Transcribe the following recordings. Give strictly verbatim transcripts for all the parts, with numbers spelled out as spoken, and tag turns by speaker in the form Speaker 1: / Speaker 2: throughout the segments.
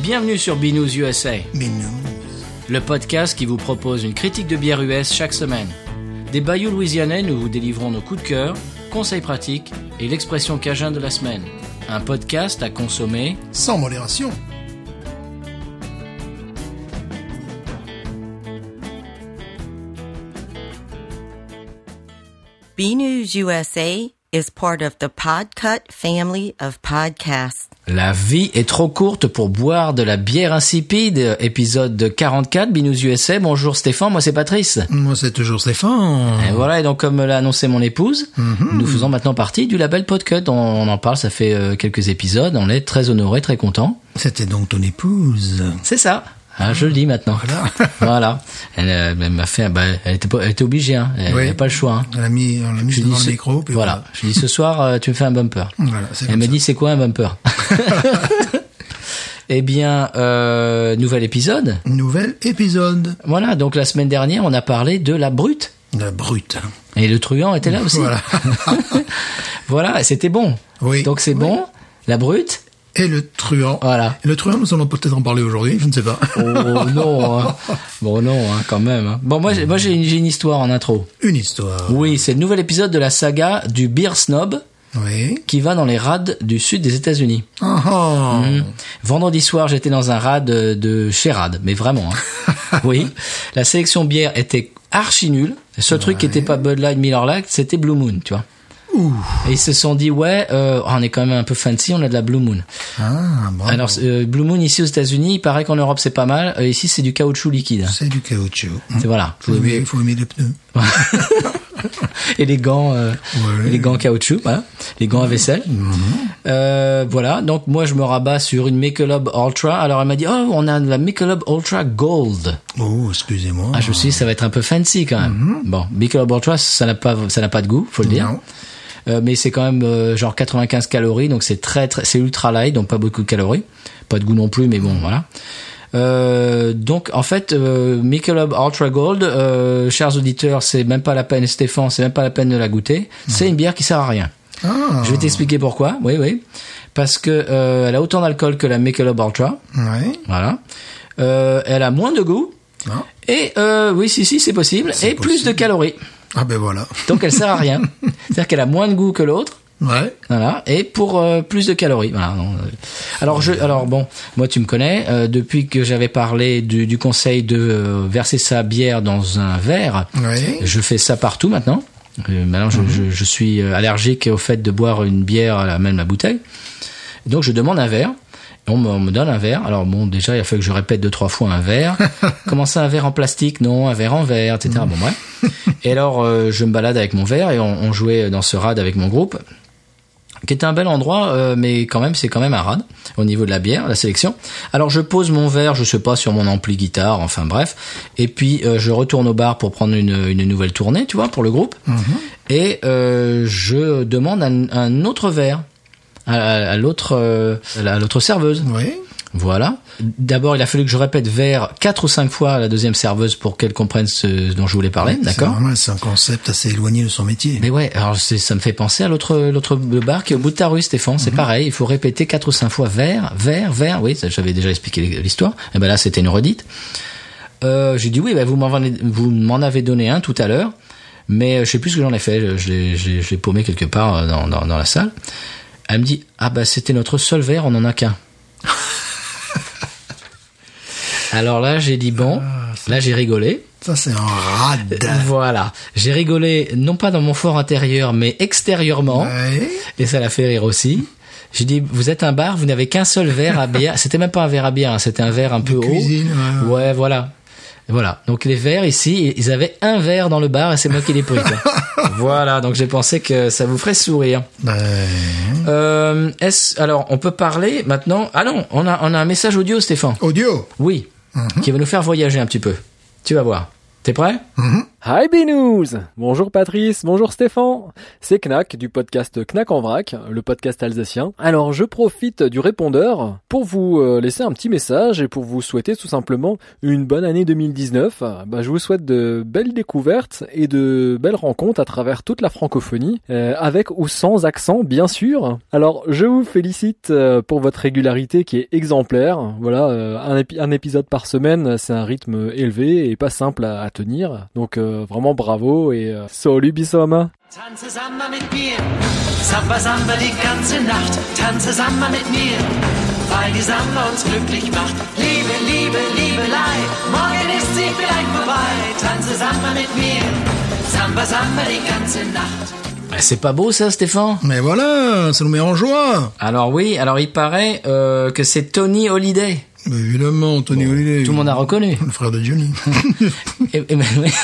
Speaker 1: Bienvenue sur Binous U S A,
Speaker 2: Binous,
Speaker 1: le podcast qui vous propose une critique de bière U S chaque semaine. Des bayous louisianais, nous vous délivrons nos coups de cœur, conseils pratiques et l'expression cajun de la semaine. Un podcast à consommer
Speaker 2: sans modération.
Speaker 3: Binous U S A is part of the Podcut family of podcasts.
Speaker 1: La vie est trop courte pour boire de la bière insipide, épisode quarante-quatre, Binous U S A. Bonjour Stéphane, moi c'est Patrice.
Speaker 2: Moi c'est toujours Stéphane.
Speaker 1: Et voilà, et donc comme l'a annoncé mon épouse, mm-hmm. nous faisons maintenant partie du label Podcut. On, on en parle, ça fait euh, quelques épisodes, on est très honorés, très contents.
Speaker 2: C'était donc ton épouse.
Speaker 1: C'est ça. Ah, je le dis maintenant. Voilà. voilà. Elle, elle m'a fait, bah, elle était, pas, elle était obligée, hein. Elle n'avait oui. pas le choix, hein.
Speaker 2: Elle a mis, on l'a mis devant le micro, puis
Speaker 1: voilà. voilà. Je lui dis, ce soir, euh, tu me fais un bumper.
Speaker 2: Voilà, c'est
Speaker 1: elle m'a
Speaker 2: ça.
Speaker 1: dit, c'est quoi un bumper? Eh bien, euh, nouvel épisode.
Speaker 2: Nouvel épisode.
Speaker 1: Voilà. Donc, la semaine dernière, on a parlé de la brute.
Speaker 2: De la brute.
Speaker 1: Et le truand était là aussi.
Speaker 2: Voilà.
Speaker 1: voilà. C'était bon.
Speaker 2: Oui.
Speaker 1: Donc, c'est oui. bon. La brute.
Speaker 2: Et le truand.
Speaker 1: Voilà.
Speaker 2: Et le truand, nous allons peut-être en parler aujourd'hui, je ne sais pas.
Speaker 1: Oh non, hein. Bon non, hein, quand même. Hein. Bon, moi, j'ai, moi j'ai, une, j'ai une histoire en intro.
Speaker 2: Une histoire.
Speaker 1: Oui, c'est le nouvel épisode de la saga du Beer Snob.
Speaker 2: Oui.
Speaker 1: Qui va dans les rades du sud des États-Unis.
Speaker 2: Oh.
Speaker 1: Mmh. Vendredi soir, j'étais dans un rad de chez Rad, mais vraiment. Hein. oui. La sélection bière était archi nulle. Le seul ouais. truc qui était pas Bud Light, Miller Lite, c'était Blue Moon, tu vois.
Speaker 2: Ouh.
Speaker 1: Et ils se sont dit ouais, euh, on est quand même un peu fancy, on a de la Blue Moon.
Speaker 2: Ah, bon.
Speaker 1: Alors euh, Blue Moon ici aux États-Unis, il paraît qu'en Europe c'est pas mal. Euh, ici c'est du caoutchouc liquide.
Speaker 2: C'est du caoutchouc.
Speaker 1: C'est voilà.
Speaker 2: Faut aimer, faut aimer les pneus.
Speaker 1: et les gants, euh,
Speaker 2: ouais.
Speaker 1: et les gants caoutchouc, voilà. Les gants à vaisselle.
Speaker 2: Mm-hmm.
Speaker 1: Euh, voilà. Donc moi je me rabats sur une Michelob Ultra. Alors elle m'a dit oh on a de la Michelob Ultra Gold.
Speaker 2: Oh excusez-moi.
Speaker 1: Ah je me suis dit ça va être un peu fancy quand même. Mm-hmm. Bon Michelob Ultra ça n'a pas ça n'a pas de goût, faut le dire.
Speaker 2: Non.
Speaker 1: Euh, mais c'est quand même euh, genre quatre-vingt-quinze calories, donc c'est très très c'est ultra light, donc pas beaucoup de calories, pas de goût non plus, mais bon voilà. Euh, donc en fait euh, Michelob Ultra Gold, euh, chers auditeurs, c'est même pas la peine, Stéphane, c'est même pas la peine de la goûter. Mmh. C'est une bière qui sert à rien.
Speaker 2: Ah.
Speaker 1: Je vais t'expliquer pourquoi. Oui oui, parce que euh, elle a autant d'alcool que la Michelob Ultra.
Speaker 2: Oui.
Speaker 1: Voilà. Euh, elle a moins de goût.
Speaker 2: Ah.
Speaker 1: Et euh, oui si si c'est possible.
Speaker 2: C'est
Speaker 1: et
Speaker 2: possible.
Speaker 1: Plus de calories.
Speaker 2: Ah ben voilà.
Speaker 1: Donc elle sert à rien. C'est-à-dire qu'elle a moins de goût que l'autre.
Speaker 2: Ouais.
Speaker 1: Voilà. Et pour euh, plus de calories. Voilà. Non. Alors je, alors bon, moi tu me connais. Euh, depuis que j'avais parlé du, du conseil de euh, verser sa bière dans un verre,
Speaker 2: ouais.
Speaker 1: je fais ça partout maintenant. Euh, maintenant je, mm-hmm. je, je suis allergique au fait de boire une bière à la même la bouteille. Donc je demande un verre. On me, on me donne un verre. Alors bon, déjà, il a fallu que je répète deux, trois fois un verre. Comment ça, un verre en plastique? Non, un verre en verre, et cetera. Mmh. Bon, bref. Et alors, euh, je me balade avec mon verre et on, on jouait dans ce rad avec mon groupe, qui était un bel endroit, euh, mais quand même, c'est quand même un rad au niveau de la bière, la sélection. Alors, je pose mon verre, je sais pas, sur mon ampli guitare, enfin bref. Et puis, euh, je retourne au bar pour prendre une, une nouvelle tournée, tu vois, pour le groupe. Mmh. Et euh, je demande un, un autre verre. À, à l'autre euh, à l'autre serveuse.
Speaker 2: Oui.
Speaker 1: Voilà. D'abord, il a fallu que je répète verre quatre ou cinq fois à la deuxième serveuse pour qu'elle comprenne ce dont je voulais parler,
Speaker 2: c'est
Speaker 1: d'accord?
Speaker 2: Normal, c'est un concept assez éloigné de son métier.
Speaker 1: Mais ouais, alors c'est, ça me fait penser à l'autre l'autre bar qui est au bout de ta rue, Stéphane. C'est mm-hmm. pareil, il faut répéter quatre ou cinq fois verre, verre, verre. Oui, ça, j'avais déjà expliqué l'histoire. Et ben là, c'était une redite. Euh, j'ai dit oui, ben vous m'en vous m'en avez donné un tout à l'heure, mais je sais plus ce que j'en ai fait. Je l'ai je l'ai, je l'ai paumé quelque part dans dans, dans la salle. Elle me dit ah bah c'était notre seul verre, on n'en a qu'un. Alors là j'ai dit bon, ah, là j'ai rigolé.
Speaker 2: Ça c'est un rad.
Speaker 1: Voilà, j'ai rigolé non pas dans mon fort intérieur mais extérieurement,
Speaker 2: ouais.
Speaker 1: Et ça l'a fait rire aussi. J'ai dit vous êtes un bar, vous n'avez qu'un seul verre à bière. C'était même pas un verre à bière, hein, c'était un verre un
Speaker 2: de
Speaker 1: peu
Speaker 2: cuisine,
Speaker 1: haut. Ouais, ouais voilà. Voilà, donc les verres ici, ils avaient un verre dans le bar et c'est moi qui l'ai pris. Voilà, donc j'ai pensé que ça vous ferait sourire.
Speaker 2: Ouais.
Speaker 1: Euh, est-ce, alors, on peut parler maintenant. Ah non, on a, on a un message audio, Stéphane.
Speaker 2: Audio.
Speaker 1: Oui, mm-hmm. qui va nous faire voyager un petit peu. Tu vas voir. T'es prêt?
Speaker 2: Mm-hmm.
Speaker 4: Hi Binous! Bonjour Patrice, bonjour Stéphane. C'est Knack du podcast Knack en vrac, le podcast alsacien. Alors je profite du répondeur pour vous euh, laisser un petit message et pour vous souhaiter tout simplement une bonne année deux mille dix-neuf. Bah, je vous souhaite de belles découvertes et de belles rencontres à travers toute la francophonie, euh, avec ou sans accent bien sûr. Alors je vous félicite euh, pour votre régularité qui est exemplaire. Voilà, euh, un, épi- un épisode par semaine, c'est un rythme élevé et pas simple à, à tenir. Donc euh, vraiment bravo et euh, salut Bissoma.
Speaker 5: Tanze Samba mit mir, Samba Samba die ganze Nacht. Tanze Samba mit mir, weil die Samba uns glücklich macht. Liebe, Liebe, Liebelei, morgen ist sie vielleicht vorbei. Tanze Samba mit mir, Samba Samba die ganze Nacht.
Speaker 1: C'est pas beau ça, Stéphane?
Speaker 2: Mais voilà, ça nous met en joie.
Speaker 1: Alors oui, alors il paraît euh, que c'est Tony Holiday.
Speaker 2: Mais évidemment, Tony bon, Holiday.
Speaker 1: Tout le monde a reconnu.
Speaker 2: Le frère de Johnny.
Speaker 1: et, et,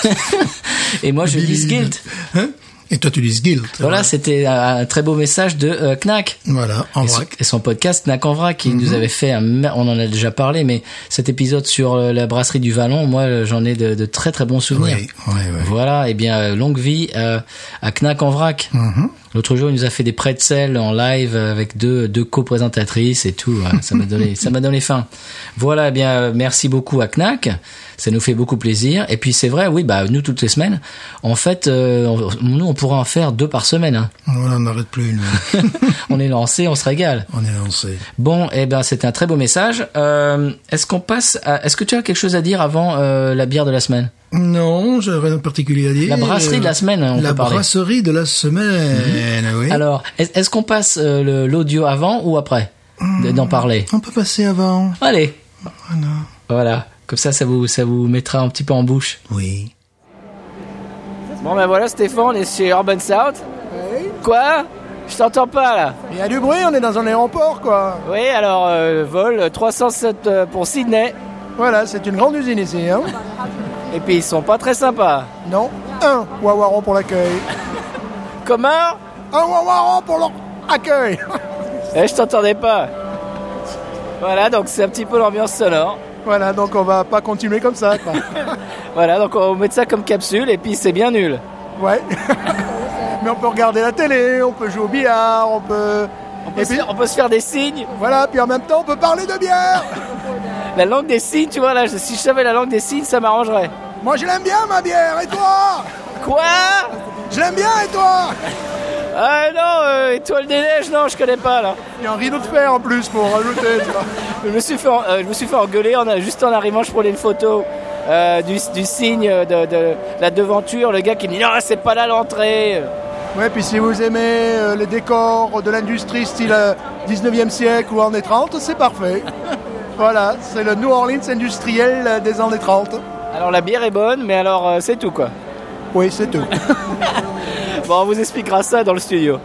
Speaker 1: et moi je dis Guilt.
Speaker 2: Hein? Et toi tu dis Guilt.
Speaker 1: Voilà, c'était un très beau message de euh, Knack.
Speaker 2: Voilà, en
Speaker 1: et
Speaker 2: vrac.
Speaker 1: Son, et son podcast Knack en vrac, qui mm-hmm. nous avait fait, un, on en a déjà parlé, mais cet épisode sur euh, la brasserie du Vallon, moi j'en ai de, de très très bons souvenirs.
Speaker 2: Oui, oui, oui.
Speaker 1: Voilà, et bien longue vie euh, à Knack en vrac. Mm-hmm. L'autre jour, il nous a fait des pretzels en live avec deux deux co-présentatrices et tout. Ça m'a donné ça m'a donné faim. Voilà, eh bien merci beaucoup à Knack. Ça nous fait beaucoup plaisir. Et puis c'est vrai, oui, bah nous toutes les semaines. En fait, euh, nous on pourra en faire deux par semaine. Hein.
Speaker 2: Voilà, on n'arrête plus.
Speaker 1: On est lancé, on se régale.
Speaker 2: On est lancé.
Speaker 1: Bon, eh ben c'était un très beau message. Euh, est-ce qu'on passe à, est-ce que tu as quelque chose à dire avant euh, la bière de la semaine?
Speaker 2: Non, j'ai rien de particulier à dire.
Speaker 1: La brasserie de la semaine, on
Speaker 2: La
Speaker 1: peut parler.
Speaker 2: brasserie de la semaine, mmh. oui.
Speaker 1: Alors, est- est-ce qu'on passe euh, le, l'audio avant ou après mmh. d'en parler?
Speaker 2: On peut passer avant.
Speaker 1: Allez.
Speaker 2: Voilà.
Speaker 1: Voilà. Comme ça, ça vous, ça vous mettra un petit peu en bouche.
Speaker 2: Oui.
Speaker 6: Bon ben voilà Stéphane, on est chez Urban South.
Speaker 7: Oui.
Speaker 6: Quoi? Je t'entends pas là.
Speaker 7: Il y a du bruit, on est dans un aéroport quoi.
Speaker 6: Oui, alors euh, vol trois cent sept euh, pour Sydney.
Speaker 7: Voilà, c'est une grande usine ici. Hein.
Speaker 6: Et puis ils sont pas très sympas.
Speaker 7: Non, un wawaron pour l'accueil.
Speaker 6: Comment?
Speaker 7: Un wawaron pour l'accueil.
Speaker 6: Eh, je t'entendais pas. Voilà, donc c'est un petit peu l'ambiance sonore.
Speaker 7: Voilà, donc on va pas continuer comme ça quoi.
Speaker 6: Voilà, donc on va mettre ça comme capsule et puis c'est bien nul.
Speaker 7: Ouais. Mais on peut regarder la télé, on peut jouer au billard, on peut...
Speaker 6: On peut,
Speaker 7: et
Speaker 6: se,
Speaker 7: puis...
Speaker 6: faire, on peut se faire des signes.
Speaker 7: Voilà, puis en même temps on peut parler de bière.
Speaker 6: La langue des signes, tu vois là, si je savais la langue des signes, ça m'arrangerait.
Speaker 7: Moi je l'aime bien ma bière, et toi?
Speaker 6: Quoi?
Speaker 7: Je l'aime bien, et toi?
Speaker 6: Ah non, euh, étoile des neiges, non, je connais pas là.
Speaker 7: Il y a un rideau de fer en plus pour rajouter, tu vois.
Speaker 6: Je me suis fait, euh, je me suis fait engueuler en, juste en arrivant, je prenais une photo euh, du, du signe de, de la devanture, le gars qui me dit non, c'est pas là l'entrée.
Speaker 7: Ouais, puis si vous aimez euh, les décors de l'industrie style euh, dix-neuvième siècle ou années trente, c'est parfait. Voilà, c'est le New Orleans industriel euh, des années trente.
Speaker 6: Alors la bière est bonne, mais alors euh, c'est tout quoi.
Speaker 7: Oui, c'est tout.
Speaker 6: Bon, on vous expliquera ça dans le studio.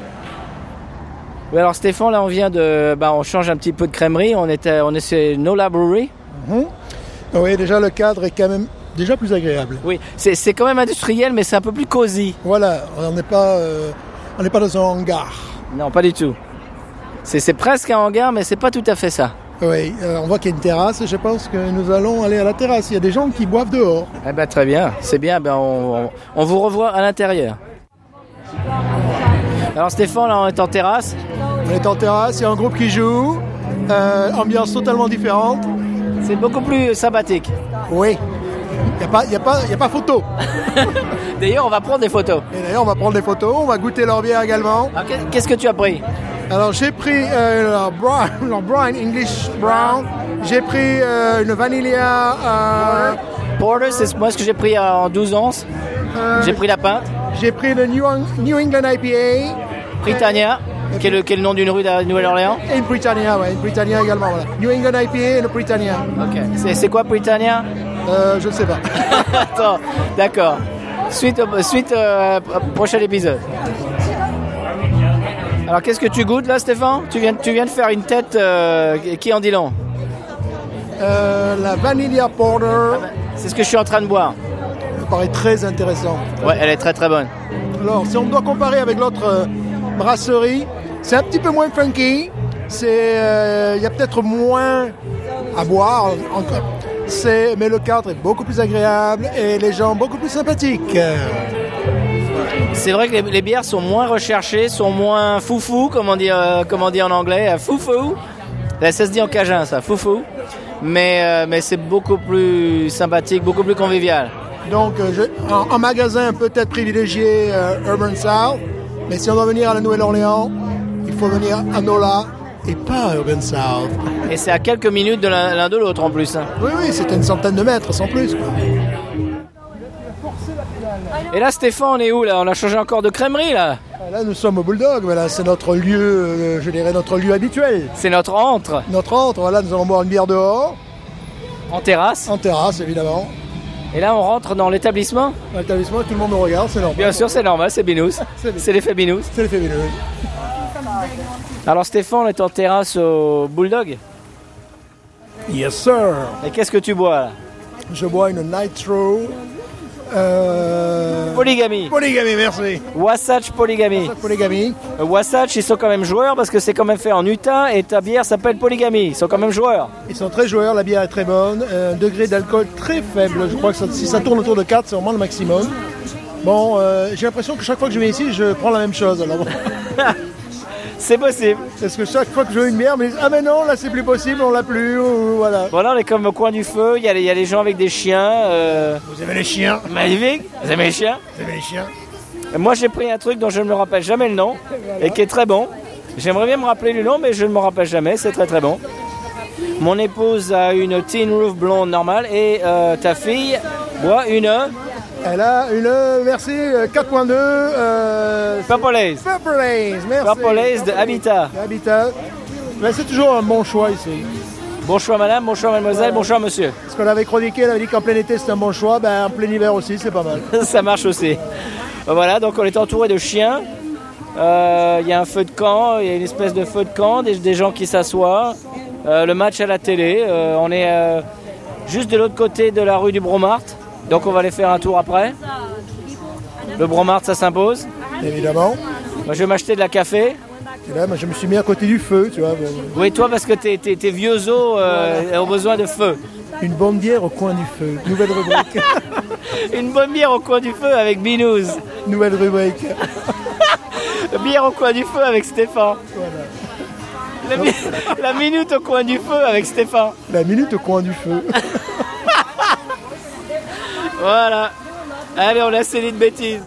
Speaker 6: Oui, alors Stéphane, là on vient de... Bah, on change un petit peu de crèmerie, on est, on est chez No Brewery.
Speaker 7: Mm-hmm. Oui, déjà le cadre est quand même déjà plus agréable.
Speaker 6: Oui, c'est, c'est quand même industriel, mais c'est un peu plus cosy.
Speaker 7: Voilà, on n'est pas, euh, on n'est pas dans un hangar.
Speaker 6: Non, pas du tout. C'est, c'est presque un hangar, mais c'est pas tout à fait ça.
Speaker 7: Oui, euh, on voit qu'il y a une terrasse et je pense que nous allons aller à la terrasse. Il y a des gens qui boivent dehors.
Speaker 6: Eh ben, très bien, c'est bien, ben, on, on, on vous revoit à l'intérieur. Alors Stéphane, là on est en terrasse.
Speaker 7: On est en terrasse, il y a un groupe qui joue, euh, ambiance totalement différente.
Speaker 6: C'est beaucoup plus sympathique.
Speaker 7: Oui, il n'y a pas, y a pas, y a pas photo.
Speaker 6: D'ailleurs on va prendre des photos.
Speaker 7: Et d'ailleurs on va prendre des photos, on va goûter leur bière également.
Speaker 6: Alors, qu'est-ce que tu as pris?
Speaker 7: Alors j'ai pris euh, leur, brown, leur brown, English brown, j'ai pris euh, une vanilla... Euh,
Speaker 6: Porter, c'est moi ce que j'ai pris en douze onces. Euh, j'ai pris la pinte.
Speaker 7: J'ai pris le New, New England I P A.
Speaker 6: Britannia, euh, qui, est le, qui est le nom d'une rue de Nouvelle-Orléans.
Speaker 7: Et une Britannia, ouais, une Britannia également, voilà. New England I P A et une Britannia.
Speaker 6: Ok. C'est, c'est quoi Britannia?
Speaker 7: euh, Je ne sais pas.
Speaker 6: Attends, d'accord. Suite, suite euh, prochain épisode. Alors qu'est-ce que tu goûtes là, Stéphane? Tu viens, tu viens de faire une tête euh, qui en dit long?
Speaker 7: euh, La Vanilla Porter.
Speaker 6: Ah ben, c'est ce que je suis en train de boire.
Speaker 7: Ça me paraît très intéressant.
Speaker 6: Ouais, elle est très très bonne.
Speaker 7: Alors, si on doit comparer avec l'autre euh, brasserie, c'est un petit peu moins funky. C'est, il euh, y a peut-être moins à boire. c'est, mais le cadre est beaucoup plus agréable et les gens beaucoup plus sympathiques.
Speaker 6: C'est vrai que les, les bières sont moins recherchées, sont moins foufou, comme on dit, euh, comme on dit en anglais, euh, foufou. Là, ça se dit en cajun, ça, foufou. Mais, euh, mais c'est beaucoup plus sympathique, beaucoup plus convivial.
Speaker 7: Donc, euh, je, en, en magasin, peut-être privilégié euh, Urban South, mais si on doit venir à la Nouvelle-Orléans, il faut venir à Nola et pas à Urban South.
Speaker 6: Et c'est à quelques minutes de l'un, l'un de l'autre en plus. Hein.
Speaker 7: Oui, oui, c'est une centaine de mètres, sans plus, quoi.
Speaker 6: Et là, Stéphane, on est où là? On a changé encore de crèmerie là.
Speaker 7: Là, nous sommes au Bulldog, voilà, c'est notre lieu, euh, je dirais notre lieu habituel.
Speaker 6: C'est notre antre.
Speaker 7: Notre antre, voilà, nous allons boire une bière dehors.
Speaker 6: En terrasse.
Speaker 7: En terrasse, évidemment.
Speaker 6: Et là, on rentre dans l'établissement.
Speaker 7: Dans l'établissement, tout le monde nous regarde, c'est normal.
Speaker 6: Bien sûr, c'est normal, c'est binous.
Speaker 7: C'est,
Speaker 6: c'est l'effet binous.
Speaker 7: C'est l'effet binous.
Speaker 6: Alors Stéphane, on est en terrasse au Bulldog.
Speaker 7: Yes, sir.
Speaker 6: Et qu'est-ce que tu bois là?
Speaker 7: Je bois une Nitro. Euh...
Speaker 6: Polygamie.
Speaker 7: Polygamie, merci.
Speaker 6: Wasatch Polygamie.
Speaker 7: Wasatch Polygamie.
Speaker 6: Euh, Wasatch, ils sont quand même joueurs parce que c'est quand même fait en Utah et ta bière s'appelle Polygamie. Ils sont quand même joueurs.
Speaker 7: Ils sont très joueurs, la bière est très bonne. Un degré d'alcool très faible. Je crois que ça, si ça tourne autour de quatre, c'est vraiment le maximum. Bon, euh, j'ai l'impression que chaque fois que je viens ici, je prends la même chose. Alors bon.
Speaker 6: C'est possible.
Speaker 7: Parce que chaque fois que je veux une bière, mais ah mais non, là c'est plus possible, on l'a plus, ou, voilà.
Speaker 6: Voilà, on est comme au coin du feu, il y a les, il y a les gens avec des chiens. Euh...
Speaker 7: Vous aimez les chiens?
Speaker 6: Magnifique. Vous aimez les chiens?
Speaker 7: Vous aimez les chiens?
Speaker 6: Et moi j'ai pris un truc dont je ne me rappelle jamais le nom, voilà. Et qui est très bon. J'aimerais bien me rappeler le nom, mais je ne me rappelle jamais, c'est très très bon. Mon épouse a une Tin Roof blonde normale et euh, ta fille boit une...
Speaker 7: Elle a une, merci, quatre point deux. Euh,
Speaker 6: Purple Haze.
Speaker 7: Purple Haze, merci.
Speaker 6: Purple Haze de Habitat.
Speaker 7: De Habitat. Mais c'est toujours un bon choix ici.
Speaker 6: Bon choix madame, bon choix mademoiselle, bon choix monsieur.
Speaker 7: Parce qu'on avait chroniqué, elle avait dit qu'en plein été c'était un bon choix, ben en plein hiver aussi c'est pas mal.
Speaker 6: Ça marche aussi. Voilà, donc on est entouré de chiens. Il euh, y a un feu de camp, il y a une espèce de feu de camp, des, des gens qui s'assoient. Euh, le match à la télé, euh, on est euh, juste de l'autre côté de la rue du Bromart. Donc on va aller faire un tour après. Le Bromart, ça s'impose.
Speaker 7: Évidemment.
Speaker 6: Moi, je vais m'acheter de la café.
Speaker 7: Et là, moi, je me suis mis à côté du feu, tu vois.
Speaker 6: Oui, toi, parce que tes, tes, tes vieux os euh, voilà. ont besoin de feu.
Speaker 7: Une bonne bière au coin du feu. Nouvelle rubrique.
Speaker 6: Une bonne bière au coin du feu avec Binous.
Speaker 7: Nouvelle rubrique.
Speaker 6: Bière au coin du feu avec Stéphane. Voilà. La, mi- la minute au coin du feu avec Stéphane.
Speaker 7: La minute au coin du feu.
Speaker 6: Voilà. Allez, on a assez de bêtises.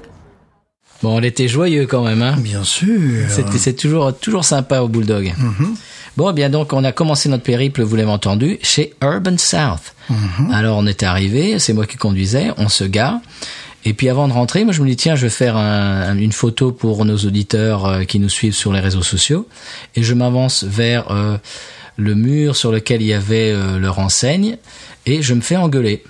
Speaker 1: Bon, on était joyeux quand même, hein.
Speaker 2: Bien sûr.
Speaker 1: C'est, c'est toujours, toujours sympa au Bulldog. Mm-hmm. Bon, eh bien donc, on a commencé notre périple, vous l'avez entendu, chez Urban South. Mm-hmm. Alors, on est arrivé, c'est moi qui conduisais, on se gare. Et puis avant de rentrer, moi je me dis tiens, je vais faire un, une photo pour nos auditeurs euh, qui nous suivent sur les réseaux sociaux. Et je m'avance vers euh, le mur sur lequel il y avait euh, leur enseigne. Et je me fais engueuler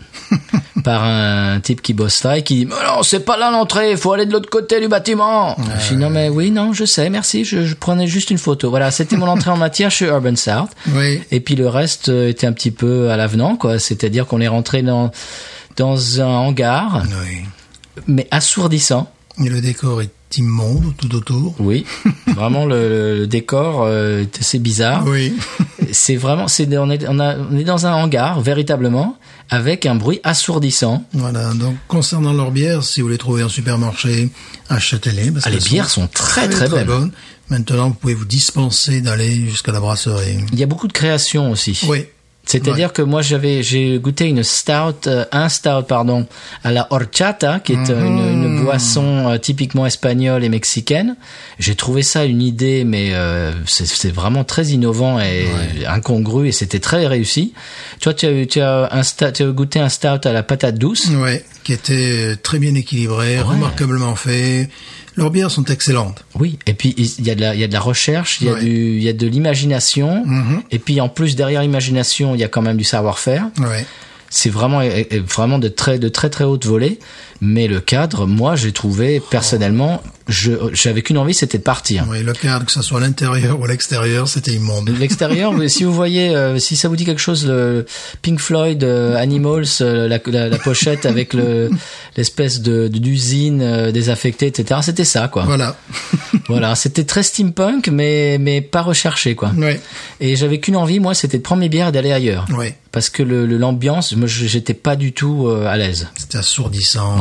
Speaker 1: par un type qui bosse là et qui dit mais non, c'est pas là l'entrée, il faut aller de l'autre côté du bâtiment. Euh... Je dis non mais oui, non, je sais, merci, je, je prenais juste une photo. Voilà, c'était mon entrée en matière chez Urban South.
Speaker 2: Oui.
Speaker 1: Et puis le reste était un petit peu à l'avenant, quoi. C'est-à-dire qu'on est rentré dans dans un hangar,
Speaker 2: oui.
Speaker 1: mais assourdissant.
Speaker 2: Et le décor est immonde tout autour.
Speaker 1: Oui, vraiment le, le décor euh, est assez bizarre.
Speaker 2: Oui.
Speaker 1: C'est vraiment, c'est on est on, a, on est dans un hangar véritablement avec un bruit assourdissant.
Speaker 2: Voilà. Donc concernant leurs bières, si vous les trouvez en supermarché, achetez-les. Parce
Speaker 1: ah, les bières sont, sont très très, très bonnes. bonnes.
Speaker 2: Maintenant, vous pouvez vous dispenser d'aller jusqu'à la brasserie.
Speaker 1: Il y a beaucoup de créations aussi.
Speaker 2: Oui.
Speaker 1: C'est-à-dire
Speaker 2: ouais.
Speaker 1: que moi j'avais j'ai goûté une stout euh, un stout pardon à la horchata qui est mmh. une, une boisson euh, typiquement espagnole et mexicaine. J'ai trouvé ça une idée mais euh, c'est, c'est vraiment très innovant et ouais. incongru et c'était très réussi. Toi tu as tu as un stout, tu as goûté un stout à la patate douce.
Speaker 2: Ouais, qui était très bien équilibré, ouais. remarquablement fait. Leurs bières sont excellentes.
Speaker 1: Oui, et puis il y a de la, il y a de la recherche, il y a
Speaker 2: ouais.
Speaker 1: du, il y a de l'imagination, mm-hmm. et puis en plus derrière l'imagination, il y a quand même du savoir-faire.
Speaker 2: Ouais.
Speaker 1: C'est vraiment, vraiment de très, de très très haute volée. Mais le cadre, moi, j'ai trouvé personnellement, je, j'avais qu'une envie, c'était de partir.
Speaker 2: Oui, le cadre, que ça soit à l'intérieur ou à l'extérieur, c'était immonde.
Speaker 1: L'extérieur, si vous voyez, euh, si ça vous dit quelque chose, le Pink Floyd, euh, Animals, euh, la, la, la pochette avec le l'espèce de d'usine euh, désaffectée, et cetera. C'était ça, quoi.
Speaker 2: Voilà.
Speaker 1: Voilà, c'était très steampunk, mais mais pas recherché, quoi.
Speaker 2: Oui.
Speaker 1: Et j'avais qu'une envie, moi, c'était de prendre mes bières et d'aller ailleurs.
Speaker 2: Oui.
Speaker 1: Parce que le, le l'ambiance, moi j'étais pas du tout euh, à l'aise.
Speaker 2: C'était assourdissant.
Speaker 1: Ouais.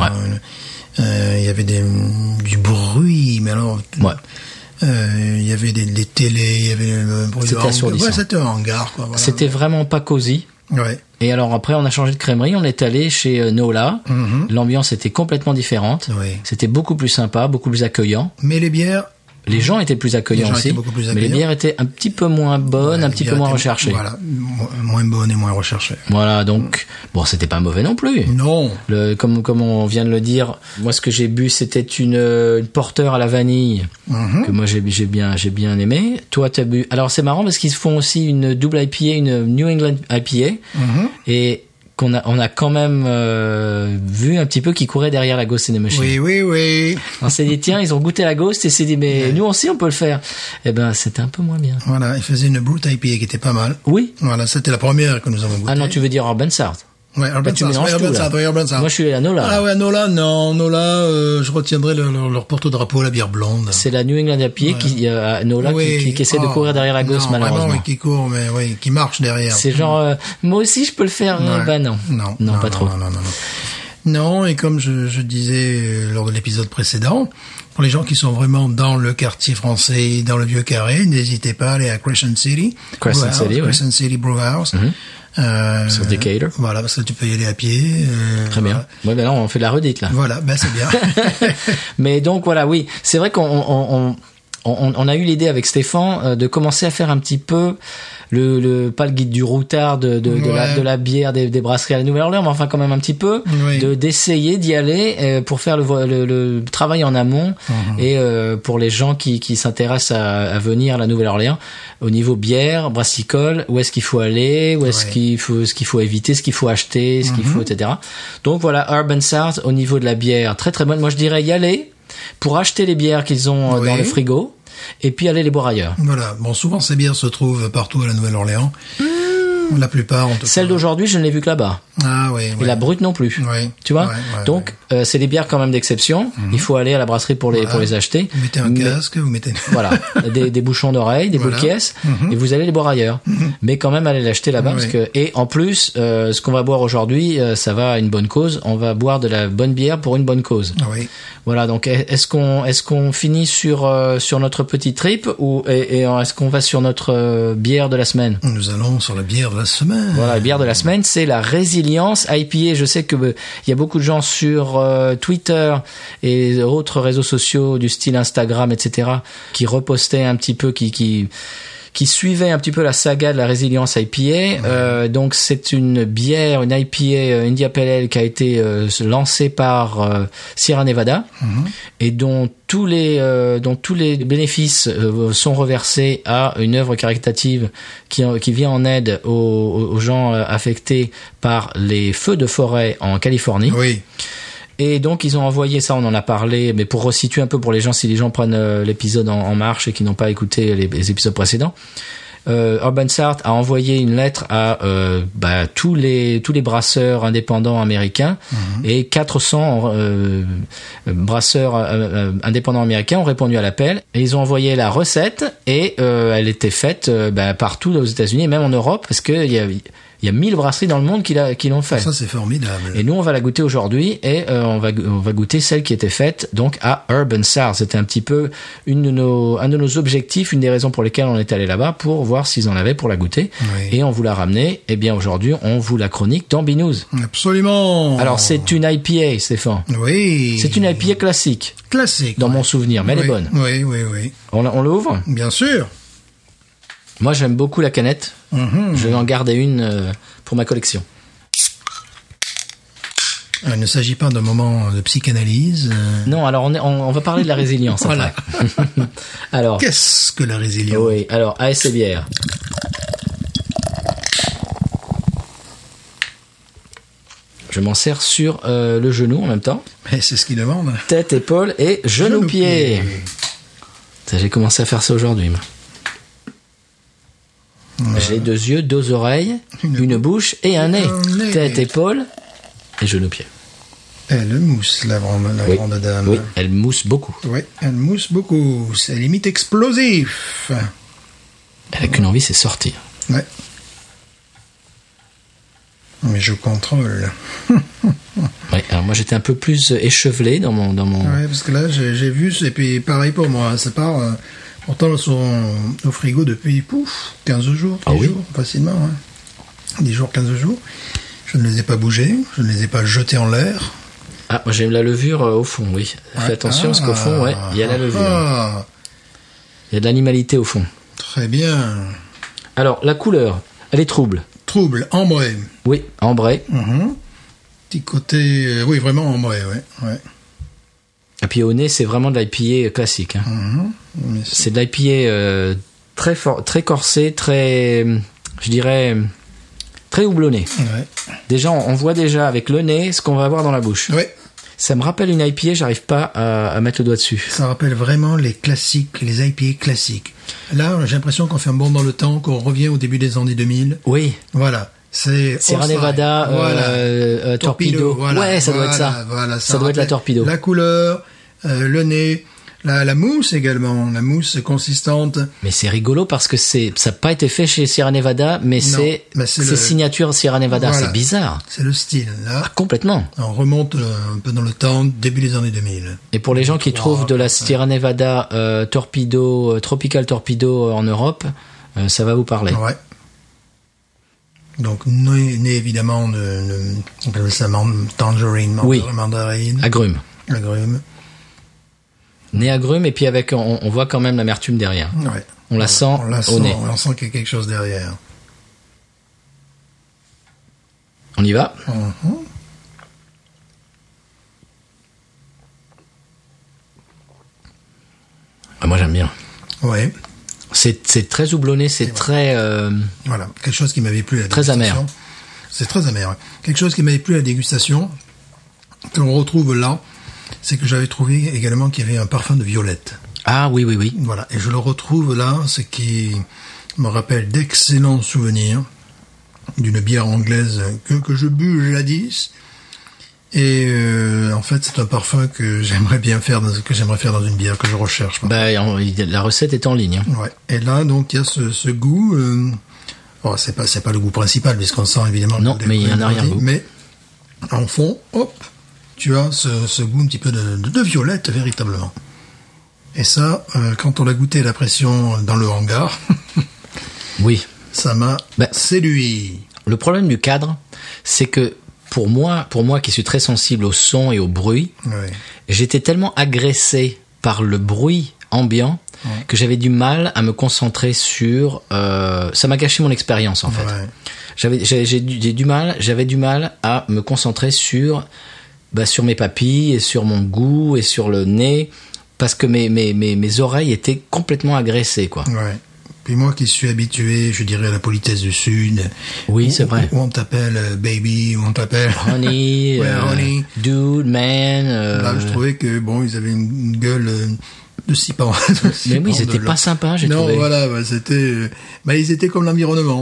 Speaker 2: Il euh, y avait des, du bruit, mais alors...
Speaker 1: Ouais.
Speaker 2: Il euh, y avait des, des télés, il y avait le bruit de
Speaker 1: C'était
Speaker 2: hangar.
Speaker 1: assourdissant.
Speaker 2: Ouais, c'était un hangar, quoi. Voilà.
Speaker 1: C'était vraiment pas cosy.
Speaker 2: Ouais.
Speaker 1: Et alors après, on a changé de crèmerie, on est allé chez euh, Nola.
Speaker 2: Mm-hmm.
Speaker 1: L'ambiance était complètement différente.
Speaker 2: Oui.
Speaker 1: C'était beaucoup plus sympa, beaucoup plus accueillant.
Speaker 2: Mais les bières...
Speaker 1: Les gens étaient plus accueillants
Speaker 2: Les gens
Speaker 1: aussi,
Speaker 2: étaient beaucoup plus
Speaker 1: mais les
Speaker 2: accueillants.
Speaker 1: bières étaient un petit peu moins bonnes,
Speaker 2: Ouais,
Speaker 1: un
Speaker 2: les
Speaker 1: petit peu
Speaker 2: bières
Speaker 1: moins
Speaker 2: étaient-
Speaker 1: recherchées.
Speaker 2: Voilà, mo- moins bonnes et moins recherchées.
Speaker 1: Voilà, donc bon, c'était pas mauvais non plus.
Speaker 2: Non.
Speaker 1: Le, comme comme on vient de le dire, moi ce que j'ai bu c'était une, une porter à la vanille
Speaker 2: Mhm.
Speaker 1: que moi j'ai j'ai bien j'ai bien aimé. Toi t'as bu. Alors c'est marrant parce qu'ils font aussi une double I P A, une New England I P A,
Speaker 2: Mhm.
Speaker 1: et qu'on a on a quand même euh, vu un petit peu qui courait derrière la Ghost in the Machine.
Speaker 2: Oui, oui, oui.
Speaker 1: On s'est dit tiens ils ont goûté la Ghost et s'est dit mais
Speaker 2: Ouais.
Speaker 1: nous aussi on peut le faire. Eh ben c'était un peu moins bien.
Speaker 2: Voilà, il faisait une Brute I P A qui était pas mal.
Speaker 1: Oui.
Speaker 2: Voilà, c'était la première que nous avons goûtée.
Speaker 1: Ah non tu veux dire Urban Sart.
Speaker 2: Ouais, Urban
Speaker 1: Bah, tu
Speaker 2: South,
Speaker 1: mélanges
Speaker 2: ouais,
Speaker 1: tout,
Speaker 2: Urban
Speaker 1: là.
Speaker 2: South, ouais, Urban South.
Speaker 1: Moi je suis à Nola.
Speaker 2: Ah ouais, Nola, non, Nola, euh, je retiendrai leur, leur, leur porte-drapeau, la bière blonde.
Speaker 1: C'est la New England I P A qui euh, Nola
Speaker 2: Oui.
Speaker 1: qui, qui, qui essaie de
Speaker 2: Oh,
Speaker 1: courir derrière la Ghost
Speaker 2: non,
Speaker 1: malheureusement.
Speaker 2: Vraiment, oui, qui court, mais oui, qui marche derrière.
Speaker 1: C'est genre, euh, moi aussi je peux le faire.
Speaker 2: Ouais.
Speaker 1: Euh, bah non.
Speaker 2: Non,
Speaker 1: non, pas trop.
Speaker 2: Non, non, non, non. Non, et comme je, je disais euh, lors de l'épisode précédent, pour les gens qui sont vraiment dans le quartier français, dans le vieux carré, n'hésitez pas à aller à Crescent City.
Speaker 1: Crescent
Speaker 2: Brewhouse,
Speaker 1: City, ouais.
Speaker 2: Crescent City Brewhouse.
Speaker 1: Mhm.
Speaker 2: Euh,
Speaker 1: Sur Decatur.
Speaker 2: Voilà, parce que tu peux y aller à pied. euh,
Speaker 1: Très bien. Ouais, ben non, on fait de la redite là.
Speaker 2: Voilà, ben c'est bien.
Speaker 1: Mais donc voilà, oui, c'est vrai qu'on on, on, on, on a eu l'idée avec Stéphane euh, de commencer à faire un petit peu le, le pas le guide du routard de, de, de, la,
Speaker 2: Ouais.
Speaker 1: de la bière des, des brasseries à la Nouvelle-Orléans, mais enfin quand même un petit peu
Speaker 2: Oui.
Speaker 1: de d'essayer d'y aller euh, pour faire le, vo- le, le travail en amont
Speaker 2: Mhm.
Speaker 1: et euh, pour les gens qui, qui s'intéressent à, à venir à la Nouvelle-Orléans au niveau bière, brassicole, où est-ce qu'il faut aller, où est-ce
Speaker 2: Ouais.
Speaker 1: qu'il faut ce qu'il faut éviter, ce qu'il faut acheter, ce qu'il faut, et cetera. Donc voilà, Urban South au niveau de la bière, très très bonne. Moi je dirais y aller pour acheter les bières qu'ils ont euh,
Speaker 2: Oui.
Speaker 1: dans le frigo et puis aller les boire ailleurs.
Speaker 2: Voilà. Bon, souvent ces bières se trouvent partout à la Nouvelle-Orléans. La plupart, en tout
Speaker 1: Celle
Speaker 2: cas.
Speaker 1: d'aujourd'hui, je ne l'ai vue que là-bas.
Speaker 2: Ah oui,
Speaker 1: Et
Speaker 2: oui.
Speaker 1: la brute non plus.
Speaker 2: Oui.
Speaker 1: Tu vois?
Speaker 2: Ouais, ouais,
Speaker 1: Donc, euh, c'est des bières quand même d'exception. Il faut aller à la brasserie pour les,
Speaker 2: Voilà.
Speaker 1: pour les acheter.
Speaker 2: Vous mettez un
Speaker 1: Mais-
Speaker 2: casque, vous mettez...
Speaker 1: Voilà, des, des bouchons d'oreilles, des
Speaker 2: Voilà.
Speaker 1: boules caisses,
Speaker 2: Mhm.
Speaker 1: et vous allez les boire ailleurs. Mais quand même, allez l'acheter là-bas,
Speaker 2: Oui.
Speaker 1: parce que et en plus, euh, ce qu'on va boire aujourd'hui, euh, ça va à une bonne cause. On va boire de la bonne bière pour une bonne cause.
Speaker 2: Oui.
Speaker 1: Voilà. Donc, est-ce qu'on est-ce qu'on finit sur euh, sur notre petit trip ou et, et est-ce qu'on va sur notre euh, bière de la semaine?
Speaker 2: Nous allons sur la bière de la semaine.
Speaker 1: Voilà, la bière de la semaine, c'est la Résilience I P A. Je sais que euh, il y a beaucoup de gens sur euh, Twitter et autres réseaux sociaux du style Instagram, et cetera, qui repostaient un petit peu, qui qui qui suivaient un petit peu la saga de la Résilience I P A. Euh, donc c'est une bière, une I P A euh, India Pale Ale qui a été euh, lancée par euh, Sierra Nevada et dont tous les euh, dont tous les bénéfices euh, sont reversés à une œuvre caritative qui qui vient en aide aux, aux gens euh, affectés par les feux de forêt en Californie.
Speaker 2: Oui.
Speaker 1: Et donc ils ont envoyé ça, on en a parlé, mais pour resituer un peu pour les gens, si les gens prennent euh, l'épisode en, en marche et qui n'ont pas écouté les, les épisodes précédents, euh, Urban South a envoyé une lettre à euh, bah, tous les tous les brasseurs indépendants américains et quatre cents euh, brasseurs euh, euh, indépendants américains ont répondu à l'appel et ils ont envoyé la recette et euh, elle était faite euh, bah, partout aux États-Unis et même en Europe parce que il y a il y a mille brasseries dans le monde qui, l'a, qui l'ont fait.
Speaker 2: Ça, c'est formidable.
Speaker 1: Et nous, on va la goûter aujourd'hui et euh, on va on va goûter celle qui était faite donc à Urban South. C'était un petit peu une de nos un de nos objectifs, une des raisons pour lesquelles on est allé là-bas pour voir s'ils en avaient pour la goûter.
Speaker 2: Oui.
Speaker 1: Et on vous l'a ramené. Et bien aujourd'hui, on vous la chronique dans Binous.
Speaker 2: Absolument.
Speaker 1: Alors c'est une I P A, Stéphane.
Speaker 2: Oui.
Speaker 1: C'est une I P A classique
Speaker 2: classique.
Speaker 1: dans
Speaker 2: ouais.
Speaker 1: mon souvenir, mais elle
Speaker 2: oui.
Speaker 1: est bonne.
Speaker 2: Oui, oui, oui.
Speaker 1: On, la- on l'ouvre.
Speaker 2: Bien sûr.
Speaker 1: Moi, j'aime beaucoup la canette.
Speaker 2: Mhm.
Speaker 1: Je vais en garder une euh, pour ma collection.
Speaker 2: Il ne s'agit pas d'un moment de psychanalyse. euh,
Speaker 1: Non, alors on, est, on, on va parler de la résilience.
Speaker 2: Voilà.
Speaker 1: après. alors.
Speaker 2: Qu'est-ce que la résilience?
Speaker 1: Oui, alors A S et bière. Je m'en sers sur euh, le genou en même temps.
Speaker 2: Mais c'est ce qu'il demande.
Speaker 1: Tête, épaule et genou-pied. Ça, j'ai commencé à faire ça aujourd'hui. moi. J'ai deux yeux, deux oreilles, une,
Speaker 2: Une
Speaker 1: bouche et un nez.
Speaker 2: un nez.
Speaker 1: Tête, épaule et genou-pied.
Speaker 2: Elle mousse, la grande, la
Speaker 1: Oui.
Speaker 2: grande dame.
Speaker 1: Oui, elle mousse beaucoup.
Speaker 2: Oui, elle mousse beaucoup. C'est limite explosif.
Speaker 1: Elle a qu'une envie, c'est sortir.
Speaker 2: Ouais. Oui, Mais je contrôle.
Speaker 1: Ouais, alors moi j'étais un peu plus échevelé dans mon dans mon.
Speaker 2: Ouais, parce que là j'ai, j'ai vu, et puis pareil pour moi, ça part. Euh, pourtant ils sont au frigo depuis pouf quinze jours,
Speaker 1: Ah
Speaker 2: dix
Speaker 1: oui.
Speaker 2: jours facilement, hein. dix jours, quinze jours. Je ne les ai pas bougés, je ne les ai pas jetés en l'air.
Speaker 1: Ah, moi j'ai la levure euh, au fond, oui. Fais
Speaker 2: Ouais.
Speaker 1: attention parce qu'au
Speaker 2: Ah,
Speaker 1: fond, ouais, il y a la levure.
Speaker 2: Ah,
Speaker 1: Il y a de l'animalité au fond.
Speaker 2: très bien.
Speaker 1: Alors la couleur, elle est trouble.
Speaker 2: Trouble, ambré.
Speaker 1: Oui, ambré.
Speaker 2: Mhm. Petit côté, euh, oui, vraiment ambré, ouais. ouais.
Speaker 1: Et puis au nez, c'est vraiment de l'I P A classique. Hein.
Speaker 2: Mhm. Mais c'est-
Speaker 1: C'est de l'I P A euh, très fort, très corsé, très, je dirais, très houblonné.
Speaker 2: Ouais.
Speaker 1: Déjà, on on voit déjà avec le nez ce qu'on va avoir dans la bouche.
Speaker 2: Ouais.
Speaker 1: Ça me rappelle une I P A, j'arrive pas à, à mettre le doigt dessus.
Speaker 2: Ça rappelle vraiment les classiques, les I P A classiques. Là, j'ai l'impression qu'on fait un bond dans le temps, qu'on revient au début des années deux mille.
Speaker 1: Oui,
Speaker 2: Voilà. C'est
Speaker 1: Sierra
Speaker 2: All-Style.
Speaker 1: Nevada,
Speaker 2: Voilà.
Speaker 1: euh, euh, Torpedo.
Speaker 2: voilà.
Speaker 1: Ouais, ça doit être
Speaker 2: Voilà,
Speaker 1: ça.
Speaker 2: Voilà,
Speaker 1: Ça doit être la
Speaker 2: rappelle
Speaker 1: Torpedo.
Speaker 2: La couleur, euh, le nez, la, la mousse également, la mousse consistante.
Speaker 1: Mais c'est rigolo parce que c'est, ça n'a pas été fait chez Sierra Nevada, mais c'est,
Speaker 2: mais c'est
Speaker 1: c'est
Speaker 2: le-
Speaker 1: signature Sierra Nevada.
Speaker 2: Voilà.
Speaker 1: C'est bizarre.
Speaker 2: C'est le style. Là,
Speaker 1: Ah, complètement.
Speaker 2: on remonte euh, un peu dans le temps, début des années deux mille.
Speaker 1: Et pour les gens qui trouvent de la Sierra Nevada euh, Torpedo, euh, Tropical Torpedo en Europe, euh, ça va vous parler.
Speaker 2: Ouais. Donc, né, né évidemment de, de on appelle ça man- tangerine, mandar-
Speaker 1: Oui.
Speaker 2: mandarine,
Speaker 1: Agrumes.
Speaker 2: agrumes.
Speaker 1: Nez agrumes et puis avec, on, on voit quand même l'amertume derrière.
Speaker 2: Ouais.
Speaker 1: On la sent
Speaker 2: On la
Speaker 1: au
Speaker 2: sent,
Speaker 1: nez.
Speaker 2: on sent qu'il y a quelque chose derrière.
Speaker 1: On y va.
Speaker 2: Mhm.
Speaker 1: Ah, moi j'aime bien.
Speaker 2: Ouais.
Speaker 1: C'est, c'est très houblonné, c'est très. euh,
Speaker 2: Voilà, quelque chose qui m'avait plu à la
Speaker 1: Très
Speaker 2: dégustation.
Speaker 1: amer.
Speaker 2: C'est très amer. ouais. Quelque chose qui m'avait plu à la dégustation, que l'on retrouve là, c'est que j'avais trouvé également qu'il y avait un parfum de violette.
Speaker 1: Ah oui, oui, oui.
Speaker 2: Voilà, et je le retrouve là, ce qui me rappelle d'excellents souvenirs d'une bière anglaise que, que je bus jadis. Et euh, en fait, c'est un parfum que j'aimerais bien faire, dans, que j'aimerais faire dans une bière que je recherche.
Speaker 1: Bah, en- la recette est en ligne. hein.
Speaker 2: Ouais. Et là, donc, il y a ce, ce goût. Euh, oh, c'est pas, c'est pas le goût principal, puisqu'on sent évidemment.
Speaker 1: Non,
Speaker 2: le goût des
Speaker 1: mais il y a un
Speaker 2: fruits
Speaker 1: arrière-goût.
Speaker 2: Mais en fond, hop, tu as ce, ce goût un petit peu de, de, de violette véritablement. Et ça, euh, quand on l'a goûté à la pression dans le hangar,
Speaker 1: Oui.
Speaker 2: ça m'a
Speaker 1: Ben,
Speaker 2: séduit.
Speaker 1: Le problème du cadre, c'est que pour moi, pour moi qui suis très sensible au son et au bruit,
Speaker 2: Ouais.
Speaker 1: j'étais tellement agressé par le bruit ambiant
Speaker 2: Ouais.
Speaker 1: que j'avais du mal à me concentrer sur. Euh, ça m'a gâché mon expérience en fait.
Speaker 2: Ouais.
Speaker 1: J'avais, j'ai, j'ai, du, j'ai du mal, j'avais du mal à me concentrer sur, bah, sur mes papilles et sur mon goût et sur le nez, parce que mes mes mes, mes oreilles étaient complètement agressées quoi.
Speaker 2: Ouais. Puis moi qui suis habitué, je dirais, à la politesse du Sud.
Speaker 1: Oui,
Speaker 2: où-
Speaker 1: c'est vrai.
Speaker 2: Où on t'appelle euh, baby, où on t'appelle
Speaker 1: Honey,
Speaker 2: Ouais,
Speaker 1: euh,
Speaker 2: honey.
Speaker 1: dude, man. euh,
Speaker 2: Là, je trouvais que bon, ils avaient une gueule euh, de six pans. de six
Speaker 1: Mais oui,
Speaker 2: pans
Speaker 1: ils
Speaker 2: de
Speaker 1: étaient
Speaker 2: long.
Speaker 1: pas sympas, j'ai
Speaker 2: Non,
Speaker 1: trouvé.
Speaker 2: voilà, bah, c'était, euh, bah, ils étaient comme l'environnement.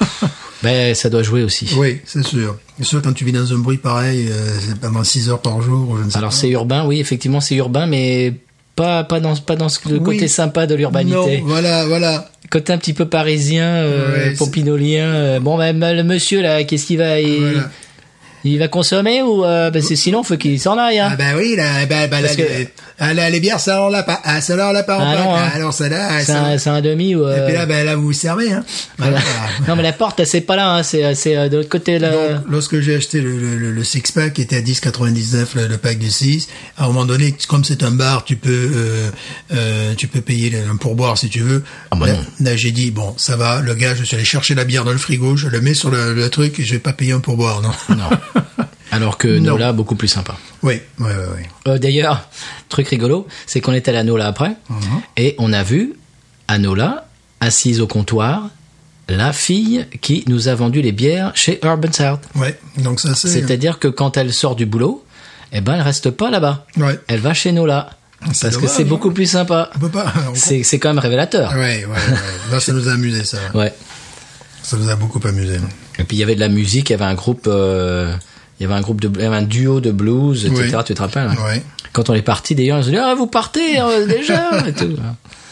Speaker 1: Ben, ça doit jouer aussi.
Speaker 2: Oui, c'est sûr. C'est sûr, quand tu vis dans un bruit pareil, euh, c'est pendant six heures par jour, je ne sais
Speaker 1: Alors
Speaker 2: pas.
Speaker 1: c'est urbain, oui, effectivement c'est urbain, mais pas pas dans pas dans ce, le
Speaker 2: Oui.
Speaker 1: côté sympa de l'urbanité.
Speaker 2: Non, voilà, voilà.
Speaker 1: Côté un petit peu parisien, euh,
Speaker 2: Ouais, c'est-
Speaker 1: pompinolien. euh, bon, ben le monsieur là, qu'est-ce qu'il va il,
Speaker 2: Voilà.
Speaker 1: il va consommer ou euh, ben, c'est sinon faut qu'il s'en aille. Hein.
Speaker 2: Ah, bah oui, là, bah, bah, là,
Speaker 1: Parce que-
Speaker 2: les, ah, là, les bières, ça, on l'a pas. Ah, ça, là, on l'a pas en
Speaker 1: Ah,
Speaker 2: plaque.
Speaker 1: non, hein.
Speaker 2: Ah, alors, ça, là,
Speaker 1: c'est
Speaker 2: ça.
Speaker 1: un, c'est un demi ou.
Speaker 2: Et
Speaker 1: euh,
Speaker 2: puis là, bah, là, vous vous servez, hein.
Speaker 1: voilà.
Speaker 2: Voilà.
Speaker 1: Non mais la porte, c'est pas là, hein, c'est c'est euh, de l'autre côté là.
Speaker 2: Donc, lorsque j'ai acheté le, le, le, le six-pack, qui était à dix quatre-vingt-dix-neuf, le, le pack de six, à un moment donné, comme c'est un bar, tu peux, euh, euh, tu peux payer un pourboire si tu veux.
Speaker 1: Ah bah
Speaker 2: là,
Speaker 1: non.
Speaker 2: là, j'ai dit, bon, ça va, le gars, je suis allé chercher la bière dans le frigo, je le mets sur le, le truc et je vais pas payer un pourboire, non?
Speaker 1: Non. Alors que
Speaker 2: Non.
Speaker 1: Nola beaucoup plus sympa.
Speaker 2: Oui, oui, oui, oui.
Speaker 1: Euh, D'ailleurs, truc rigolo, c'est qu'on est allé à Nola après,
Speaker 2: Mhm.
Speaker 1: et on a vu à Nola, assise au comptoir, la fille qui nous a vendu les bières chez Urban South.
Speaker 2: Ouais, donc ça, c'est...
Speaker 1: C'est-à-dire que quand elle sort du boulot, eh ben elle reste pas là-bas.
Speaker 2: Ouais.
Speaker 1: Elle va chez Nola.
Speaker 2: C'est
Speaker 1: Parce que
Speaker 2: dommage,
Speaker 1: c'est
Speaker 2: hein.
Speaker 1: beaucoup plus sympa.
Speaker 2: On peut pas... on-
Speaker 1: C'est c'est quand même révélateur.
Speaker 2: Ouais, ouais, ouais. Là, ça nous a amusé, ça.
Speaker 1: Ouais.
Speaker 2: Ça nous a beaucoup amusé.
Speaker 1: Et puis il y avait de la musique, il y avait un groupe, euh, il y avait un groupe de, il y avait un duo de blues, et cetera.
Speaker 2: Oui.
Speaker 1: Tu te rappelles hein.
Speaker 2: Ouais.
Speaker 1: Quand on est parti, d'ailleurs, ils ont dit ah vous partez euh, déjà et tout.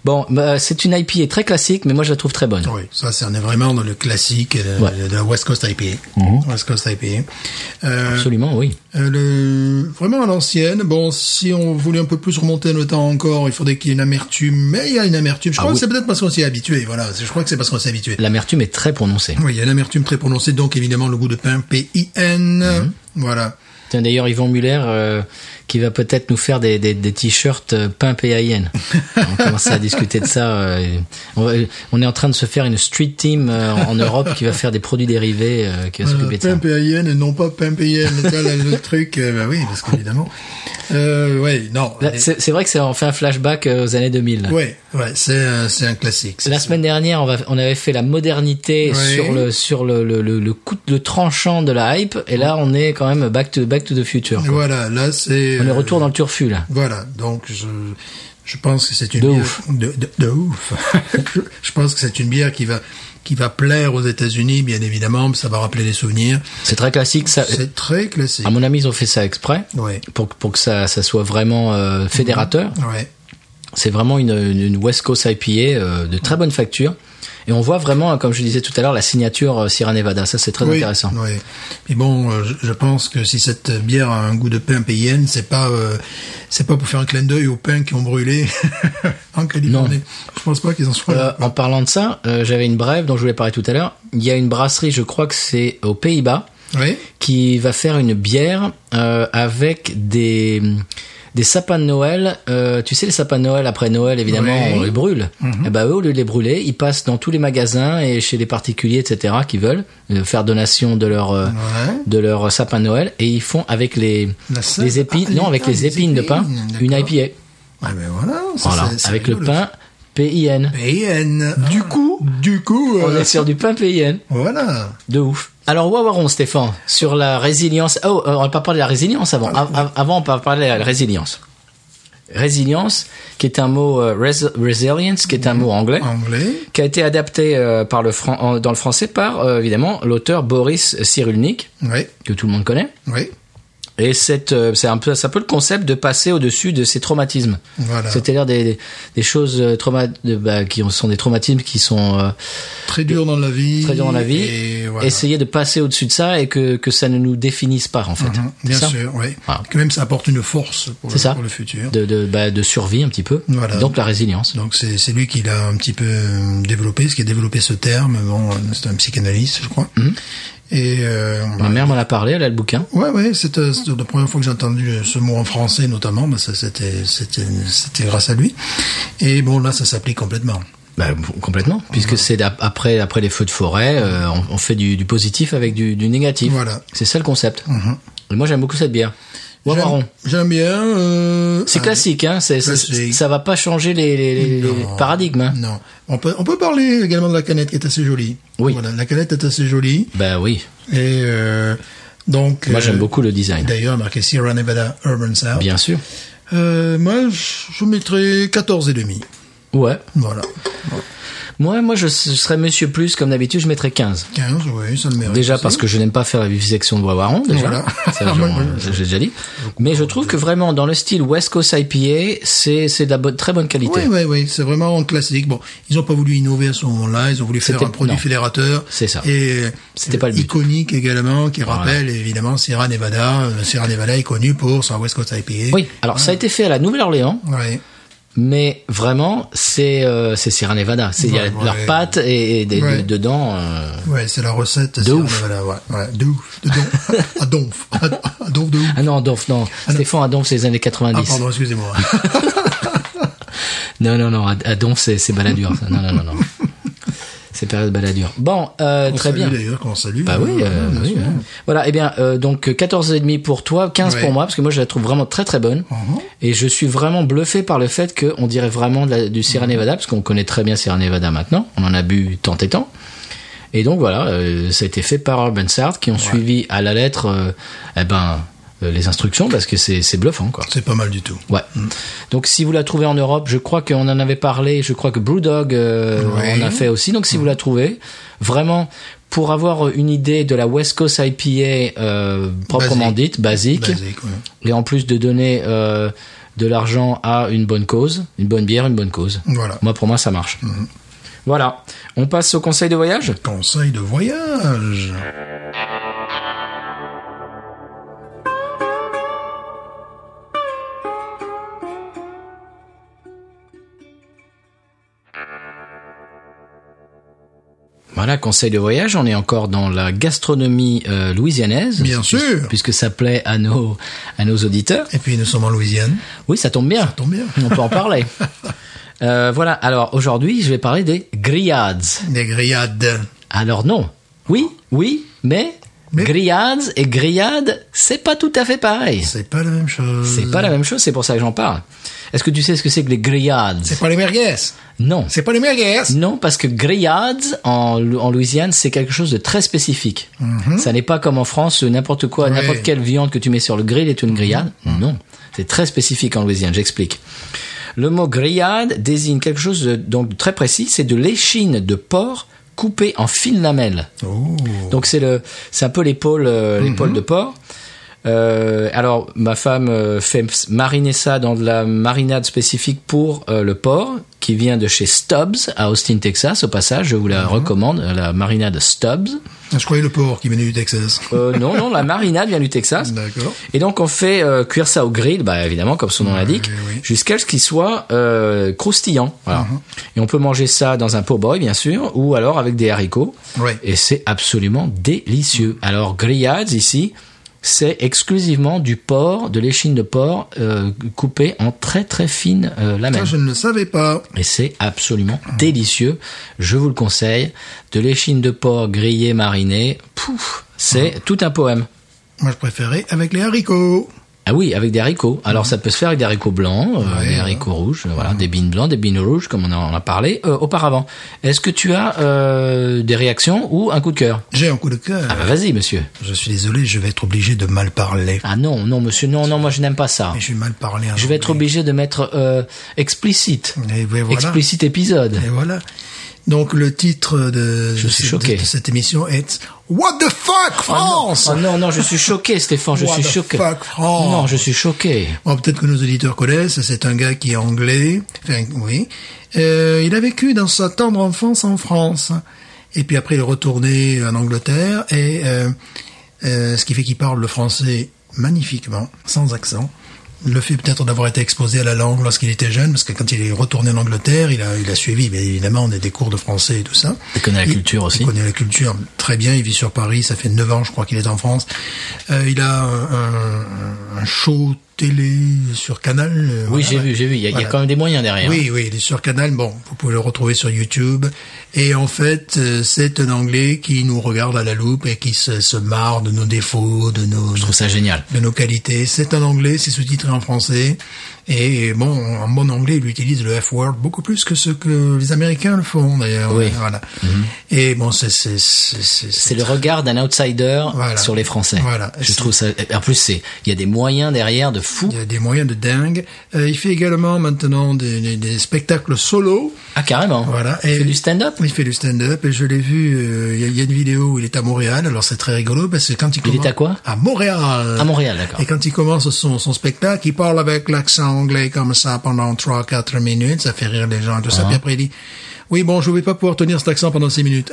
Speaker 1: Bon, bah, c'est une I P A très classique, mais moi je la trouve très bonne.
Speaker 2: Oui, ça, c'est, on est vraiment dans le classique de,
Speaker 1: Ouais.
Speaker 2: de la West Coast I P A.
Speaker 1: Mhm.
Speaker 2: West Coast I P A. Euh,
Speaker 1: Absolument, oui.
Speaker 2: euh, le, vraiment à l'ancienne. Bon, si on voulait un peu plus remonter le temps encore, il faudrait qu'il y ait une amertume. Mais il y a une amertume. Je
Speaker 1: Ah
Speaker 2: crois
Speaker 1: oui.
Speaker 2: que c'est peut-être parce qu'on s'y est habitué. Voilà, je crois que c'est parce qu'on s'est habitué.
Speaker 1: L'amertume est très prononcée.
Speaker 2: Oui, il y a une amertume très prononcée. Donc évidemment le goût de pain, P I N.
Speaker 1: Mhm.
Speaker 2: Voilà.
Speaker 1: Tiens, d'ailleurs, Yvon Muller, euh, qui va peut-être nous faire des, des, des t-shirts euh, pain P A I N. On commence à discuter de ça. Euh, on, va- on est en train de se faire une street team euh, en Europe qui va faire des produits dérivés, euh, qui va
Speaker 2: Euh,
Speaker 1: s'occuper de
Speaker 2: pain
Speaker 1: ça.
Speaker 2: P I N et non pas pain P I N. Ça, là, le truc, euh, bah oui, parce qu'évidemment. Euh, ouais, non.
Speaker 1: Là, C'est c'est vrai que ça en fait un flashback euh, aux années deux mille. là.
Speaker 2: Ouais, ouais, c'est euh, c'est un classique.
Speaker 1: La semaine dernière, on, va, on avait fait la modernité
Speaker 2: Ouais.
Speaker 1: sur le sur le, le, le, le coup de tranchant de la hype, et là, on est quand même back to back to the future. quoi.
Speaker 2: Voilà, là c'est.
Speaker 1: On est
Speaker 2: euh,
Speaker 1: retour dans le turfu là.
Speaker 2: Voilà, donc je je pense que c'est une
Speaker 1: De
Speaker 2: bière
Speaker 1: ouf.
Speaker 2: de, de, de ouf. je, je pense que c'est une bière qui va qui va plaire aux États-Unis, bien évidemment, ça va rappeler des souvenirs.
Speaker 1: C'est très classique. Ça,
Speaker 2: C'est très classique.
Speaker 1: à mon avis, ils ont fait ça exprès
Speaker 2: Ouais,
Speaker 1: pour pour que ça ça soit vraiment euh, fédérateur.
Speaker 2: ouais.
Speaker 1: C'est vraiment une, une, une West Coast I P A euh, de très bonne facture. Et on voit vraiment, comme je disais tout à l'heure, la signature euh, Sierra Nevada. Ça, c'est très
Speaker 2: Oui,
Speaker 1: intéressant.
Speaker 2: Oui. Mais bon, euh, je, je pense que si cette bière a un goût de pain P I N, c'est pas euh, c'est pas pour faire un clin d'œil aux pains qui ont brûlé en Californie. Je pense pas qu'ils en soient
Speaker 1: Euh,
Speaker 2: là.
Speaker 1: en parlant de ça, euh, j'avais une brève dont je voulais parler tout à l'heure. Il y a une brasserie, je crois que c'est aux Pays-Bas,
Speaker 2: Oui.
Speaker 1: qui va faire une bière euh, avec des des sapins de Noël. Euh, tu sais, les sapins de Noël, après Noël, évidemment,
Speaker 2: Oui.
Speaker 1: on les brûle. Et ben eux, au lieu de les brûler, ils passent dans tous les magasins et chez les particuliers, et cetera, qui veulent euh, faire donation de leur euh,
Speaker 2: Ouais.
Speaker 1: de leur sapin de Noël, et ils font avec les
Speaker 2: La sève-
Speaker 1: les épines,
Speaker 2: ah,
Speaker 1: non,
Speaker 2: les-
Speaker 1: avec
Speaker 2: ah,
Speaker 1: les
Speaker 2: les
Speaker 1: épines de pain,
Speaker 2: épines,
Speaker 1: une I
Speaker 2: d'accord.
Speaker 1: P A.
Speaker 2: Ah ben voilà. ça,
Speaker 1: Voilà,
Speaker 2: c'est- c'est
Speaker 1: avec le
Speaker 2: rigolo,
Speaker 1: pain P I N.
Speaker 2: P I N. Du coup, du coup,
Speaker 1: On
Speaker 2: euh,
Speaker 1: est sur du pain P I N.
Speaker 2: voilà.
Speaker 1: De ouf. Alors, Wawaron, Stéphane, sur la résilience. Oh, euh, on n'a pas parlé de la résilience avant.
Speaker 2: Ah,
Speaker 1: Av- Avant, on va parler de la résilience. Résilience, qui est un mot, euh, res- resilience, qui est un mot anglais,
Speaker 2: Anglais.
Speaker 1: qui a été adapté euh, par le fran- en- dans le français par, euh, évidemment, l'auteur Boris Cyrulnik,
Speaker 2: Oui,
Speaker 1: que tout le monde connaît.
Speaker 2: oui.
Speaker 1: Et c'est euh, c'est un peu c'est un peu le concept de passer au-dessus de ces traumatismes.
Speaker 2: Voilà.
Speaker 1: C'est-à-dire des, des des choses euh, trauma de, bah, qui ont- sont des traumatismes qui sont euh,
Speaker 2: Très dur dans la vie.
Speaker 1: très durs dans la vie.
Speaker 2: Et voilà.
Speaker 1: Essayer de passer au-dessus de ça et que que ça ne nous définisse pas en fait.
Speaker 2: Mhm,
Speaker 1: C'est
Speaker 2: bien
Speaker 1: ça
Speaker 2: sûr, oui.
Speaker 1: Voilà.
Speaker 2: Que même ça apporte une force pour,
Speaker 1: C'est
Speaker 2: le,
Speaker 1: ça.
Speaker 2: pour le futur.
Speaker 1: De de bah, de survie un petit peu.
Speaker 2: Voilà.
Speaker 1: Donc la résilience.
Speaker 2: Donc c'est c'est lui qui l'a un petit peu euh, développé, ce qui a développé ce terme. Bon, c'est un psychanalyste, je crois.
Speaker 1: Mhm.
Speaker 2: Et euh,
Speaker 1: Ma mère m'en a parlé, elle a le bouquin.
Speaker 2: ouais, ouais, c'était c'était la première fois que j'ai entendu ce mot en français, notamment. Ben ça, c'était c'était c'était grâce à lui. Et bon, là, ça s'applique complètement.
Speaker 1: Bah, complètement, puisque c'est d'ap- après après les feux de forêt, euh, on, on fait du, du positif avec du, du négatif.
Speaker 2: Voilà.
Speaker 1: C'est ça le concept.
Speaker 2: Mhm.
Speaker 1: Et moi j'aime beaucoup cette bière. Wawaron.
Speaker 2: J'aime j'aime bien. Euh,
Speaker 1: C'est
Speaker 2: ah,
Speaker 1: classique, hein. C'est, c'est-
Speaker 2: Classique.
Speaker 1: ça va pas changer les, les, les- les
Speaker 2: Non.
Speaker 1: paradigmes. Hein.
Speaker 2: Non. On peut on peut parler également de la canette qui est assez jolie.
Speaker 1: Oui.
Speaker 2: Voilà, la canette est assez jolie.
Speaker 1: Bah oui.
Speaker 2: Et euh, donc.
Speaker 1: Moi
Speaker 2: euh,
Speaker 1: j'aime beaucoup le design.
Speaker 2: D'ailleurs, marqué Sierra Nevada Urban South.
Speaker 1: Bien sûr.
Speaker 2: Euh, moi, je je mettrais quatorze et demi.
Speaker 1: Ouais.
Speaker 2: Voilà.
Speaker 1: Moi, moi, je, je serais Monsieur Plus comme d'habitude. Je mettrais quinze.
Speaker 2: quinze, oui, ça le mérite.
Speaker 1: Déjà
Speaker 2: aussi.
Speaker 1: parce que je n'aime pas faire la vivisection de Wawaron. Déjà.
Speaker 2: Voilà.
Speaker 1: Ça,
Speaker 2: Moi,
Speaker 1: j'en-
Speaker 2: moi,
Speaker 1: j'ai déjà dit. Mais je trouve que vraiment dans le style West Coast I P A, c'est c'est de la bonne, très bonne qualité.
Speaker 2: Oui, oui, oui, c'est vraiment classique. Bon, ils n'ont pas voulu innover à ce moment-là. Ils ont voulu faire
Speaker 1: C'était-
Speaker 2: un produit
Speaker 1: non.
Speaker 2: fédérateur.
Speaker 1: C'est ça.
Speaker 2: Et
Speaker 1: C'était pas le but.
Speaker 2: iconique également, qui
Speaker 1: Voilà.
Speaker 2: rappelle évidemment Sierra Nevada. Euh, Sierra Nevada est connu pour son West Coast I P A.
Speaker 1: Oui. Alors ça a été fait à la Nouvelle-Orléans.
Speaker 2: Ouais.
Speaker 1: Mais vraiment, c'est euh, c'est Sierra Nevada. C'est il y a
Speaker 2: Ouais,
Speaker 1: leurs
Speaker 2: ouais.
Speaker 1: pâtes et, et des-
Speaker 2: Ouais.
Speaker 1: de- dedans. euh,
Speaker 2: Ouais, c'est la recette.
Speaker 1: De
Speaker 2: Sierra
Speaker 1: ouf.
Speaker 2: Nevada, ouais, ouais, de ouf, de donf, à donf, à à donf de ouf.
Speaker 1: Ah non, Donf, non. Stéphane à Donf, c'est les années
Speaker 2: Ah
Speaker 1: quatre-vingt-dix.
Speaker 2: pardon, excusez-moi.
Speaker 1: Non, non, non. À, à Donf, c'est c'est Balladur. Ça. Non, non, non, non. C'est période Balladur. Bon, euh,
Speaker 2: On
Speaker 1: très
Speaker 2: salue
Speaker 1: bien.
Speaker 2: D'ailleurs, qu'on salue.
Speaker 1: Bah oui, euh,
Speaker 2: bien
Speaker 1: oui,
Speaker 2: sûr.
Speaker 1: ouais. Voilà, eh bien, euh, donc quatorze et demi pour toi, quinze
Speaker 2: Ouais.
Speaker 1: pour moi, parce que moi je la trouve vraiment très très bonne.
Speaker 2: Mhm.
Speaker 1: Et je suis vraiment bluffé par le fait qu'on dirait vraiment de la- du Sierra Nevada, parce qu'on connaît très bien Sierra Nevada maintenant. On en a bu tant et tant. Et donc voilà, euh, ça a été fait par Urban South, qui ont suivi à la lettre, euh, eh ben, euh, les instructions, parce que c'est c'est bluffant, quoi.
Speaker 2: C'est pas mal du tout.
Speaker 1: Ouais. Donc si vous la trouvez en Europe, je crois qu'on en avait parlé, je crois que Brewdog euh,
Speaker 2: Ouais.
Speaker 1: en a fait aussi. Donc si vous la trouvez, vraiment pour avoir une idée de la West Coast I P A euh, proprement
Speaker 2: Basique.
Speaker 1: dite, basique,
Speaker 2: Basique, ouais.
Speaker 1: et en plus de donner euh, de l'argent à une bonne cause, une bonne bière, une bonne cause.
Speaker 2: Voilà.
Speaker 1: Moi, pour moi, ça marche. Mmh. Voilà. On passe au conseil de voyage ?
Speaker 2: Conseil de voyage.
Speaker 1: Voilà, conseil de voyage, on est encore dans la gastronomie euh, louisianaise.
Speaker 2: Bien sûr.
Speaker 1: Puisque, puisque ça plaît à nos, à nos auditeurs.
Speaker 2: Et puis nous sommes en Louisiane.
Speaker 1: Oui, ça tombe bien.
Speaker 2: Ça tombe bien.
Speaker 1: On peut en parler. euh, voilà, alors aujourd'hui, je vais parler des grillades.
Speaker 2: Des grillades.
Speaker 1: Alors non. Oui, oui, mais... Mais grillades et grillades, c'est pas tout à fait pareil.
Speaker 2: C'est pas la même chose.
Speaker 1: C'est pas la même chose, c'est pour ça que j'en parle. Est-ce que tu sais ce que c'est que les grillades ?
Speaker 2: C'est pas les merguez.
Speaker 1: Non.
Speaker 2: C'est pas les merguez.
Speaker 1: Non, parce que grillades en, en Louisiane, c'est quelque chose de très spécifique. Mm-hmm. Ça n'est pas comme en France, n'importe quoi, oui. n'importe quelle viande que tu mets sur le grill est une grillade. Mm-hmm. Non, c'est très spécifique en Louisiane. J'explique. Le mot grillade désigne quelque chose de, donc très précis. C'est de l'échine de porc coupé en fines lamelles.
Speaker 2: Oh.
Speaker 1: Donc c'est le, c'est un peu l'épaule, euh, l'épaule mm-hmm. de porc. Euh, alors ma femme euh, fait mariner ça dans de la marinade spécifique pour euh, le porc, qui vient de chez Stubbs à Austin, Texas. Au passage, je vous la mm-hmm. recommande, la marinade Stubbs.
Speaker 2: Je croyais le porc qui venait du Texas.
Speaker 1: Euh, non, non, la marinade vient du Texas.
Speaker 2: D'accord.
Speaker 1: Et donc on fait euh, cuire ça au grill, bah évidemment comme son nom ouais, l'indique, oui, oui. jusqu'à ce qu'il soit euh, croustillant. Voilà. Mm-hmm. Et on peut manger ça dans un po' boy bien sûr, ou alors avec des haricots.
Speaker 2: Ouais.
Speaker 1: Et c'est absolument délicieux. Alors grillades ici, c'est exclusivement du porc, de l'échine de porc euh, coupé en très très fines euh, lamelles.
Speaker 2: Ça, je ne le savais pas.
Speaker 1: Et c'est absolument mmh. délicieux. Je vous le conseille. De l'échine de porc grillée, marinée, pouf, c'est mmh. tout un poème.
Speaker 2: Moi, je préférais avec les haricots.
Speaker 1: Ah oui, avec des haricots. Alors mmh. ça peut se faire avec des haricots blancs, euh, ouais, des haricots ouais. rouges, voilà, mmh. des beans blancs, des beans rouges, comme on en a parlé euh, auparavant. Est-ce que tu as euh, des réactions ou un coup de cœur ?
Speaker 2: J'ai un coup de cœur.
Speaker 1: Ah bah vas-y, monsieur.
Speaker 2: Je suis désolé, je vais être obligé de mal parler.
Speaker 1: Ah non, non, monsieur, non, non, moi je n'aime pas ça.
Speaker 2: Mais je vais mal parler.
Speaker 1: Je vais être obligé de mettre euh, explicite.
Speaker 2: Et voilà.
Speaker 1: Explicite épisode.
Speaker 2: Et voilà. Donc le titre de,
Speaker 1: je suis choqué.
Speaker 2: de, de cette émission est What the fuck France.
Speaker 1: Oh non, oh non, non, je suis choqué, Stéphane, je
Speaker 2: What
Speaker 1: suis
Speaker 2: the
Speaker 1: choqué.
Speaker 2: Fuck France.
Speaker 1: Non, je suis choqué.
Speaker 2: Bon, peut-être que nos auditeurs connaissent. C'est un gars qui est anglais. Enfin, oui. Euh, il a vécu dans sa tendre enfance en France, et puis après il est retourné en Angleterre, et euh, euh, ce qui fait qu'il parle le français magnifiquement, sans accent. Le fait peut-être d'avoir été exposé à la langue lorsqu'il était jeune, parce que quand il est retourné en Angleterre, il a, il a suivi, bien évidemment, des, des cours de français et tout ça.
Speaker 1: Il connaît la il, culture aussi.
Speaker 2: Il connaît la culture très bien, il vit sur Paris, ça fait neuf ans, je crois qu'il est en France. Euh, il a un, un, un show télé sur Canal. Euh,
Speaker 1: oui,
Speaker 2: voilà,
Speaker 1: j'ai vu, j'ai vu. Il y a, voilà. il y a quand même des moyens derrière.
Speaker 2: Oui, oui, il est sur Canal. Bon, vous pouvez le retrouver sur YouTube. Et en fait, c'est un Anglais qui nous regarde à la loupe et qui se, se marre de nos défauts, de nos.
Speaker 1: Je trouve ça génial.
Speaker 2: De nos qualités. C'est un Anglais, c'est sous-titré en français. Et bon, en bon anglais, il utilise le F-word beaucoup plus que ce que les Américains le font d'ailleurs.
Speaker 1: Oui.
Speaker 2: Voilà.
Speaker 1: Mm-hmm.
Speaker 2: Et bon, c'est c'est c'est c'est,
Speaker 1: c'est le regard d'un outsider
Speaker 2: voilà.
Speaker 1: sur les Français.
Speaker 2: Voilà.
Speaker 1: Je
Speaker 2: c'est...
Speaker 1: trouve ça. En plus, c'est il y a des moyens derrière de fou.
Speaker 2: Il y a des moyens de dingue. Euh, il fait également maintenant des, des, des spectacles solo.
Speaker 1: Ah carrément.
Speaker 2: Voilà.
Speaker 1: Et il fait du stand-up.
Speaker 2: Il fait du stand-up et je l'ai vu. Euh, il, y a, il y a une vidéo où il est à Montréal. Alors c'est très rigolo parce que quand il,
Speaker 1: il
Speaker 2: commence.
Speaker 1: Il est à quoi?
Speaker 2: À Montréal.
Speaker 1: À Montréal, d'accord.
Speaker 2: Et quand il commence son son spectacle, il parle avec l'accent anglais comme ça pendant trois quatre minutes, ça fait rire les gens, tout ça.
Speaker 1: Ah.
Speaker 2: Puis après, il dit, oui, bon, je vais pas pouvoir tenir cet accent pendant six minutes.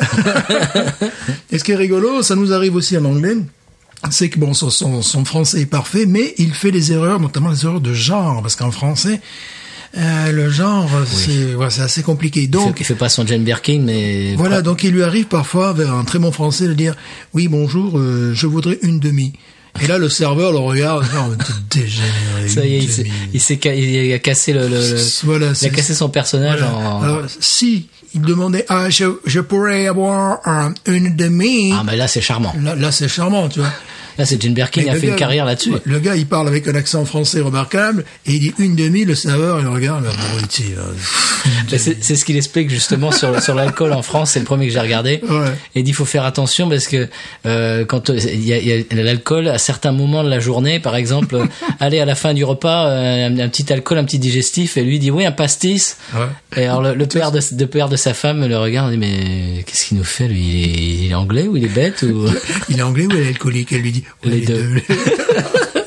Speaker 2: Et ce qui est rigolo, ça nous arrive aussi en anglais, c'est que bon, son, son, son français est parfait, mais il fait des erreurs, notamment les erreurs de genre, parce qu'en français, euh, le genre, oui. c'est, ouais, c'est assez compliqué. Donc,
Speaker 1: il fait, il fait pas son Jane Birkin, mais
Speaker 2: voilà, donc il lui arrive parfois, avec un très bon français, de dire, oui, bonjour, euh, je voudrais une demi. Et là, le serveur le regarde, non, t'es dégénéré.
Speaker 1: Ça y est, il s'est, il s'est, il a cassé le, le, le
Speaker 2: voilà,
Speaker 1: il a cassé son personnage
Speaker 2: voilà.
Speaker 1: en.
Speaker 2: Alors, si il demandait, ah, je, je pourrais avoir un, une demi.
Speaker 1: Ah, mais là, c'est charmant.
Speaker 2: Là, là, c'est charmant, tu vois.
Speaker 1: Là, c'est Jane Birkin, il a fait
Speaker 2: gars,
Speaker 1: une carrière là-dessus.
Speaker 2: Le gars, il parle avec un accent français remarquable, et il dit une demi, le serveur, il regarde, abruti.
Speaker 1: c'est, c'est ce qu'il explique justement sur, sur l'alcool en France, c'est le premier que j'ai regardé.
Speaker 2: Ouais.
Speaker 1: Et il dit, il faut faire attention parce que, euh, quand il y a, il y a l'alcool à certains moments de la journée, par exemple, aller à la fin du repas, euh, un, un petit alcool, un petit digestif, et lui dit, oui, un pastis.
Speaker 2: Ouais.
Speaker 1: Et alors, le, le père de, de père de sa femme le regarde, et dit, mais qu'est-ce qu'il nous fait, lui? Il est, il est anglais ou il est bête ou?
Speaker 2: Il est anglais ou il est alcoolique? Elle lui dit,
Speaker 1: les, les deux. deux.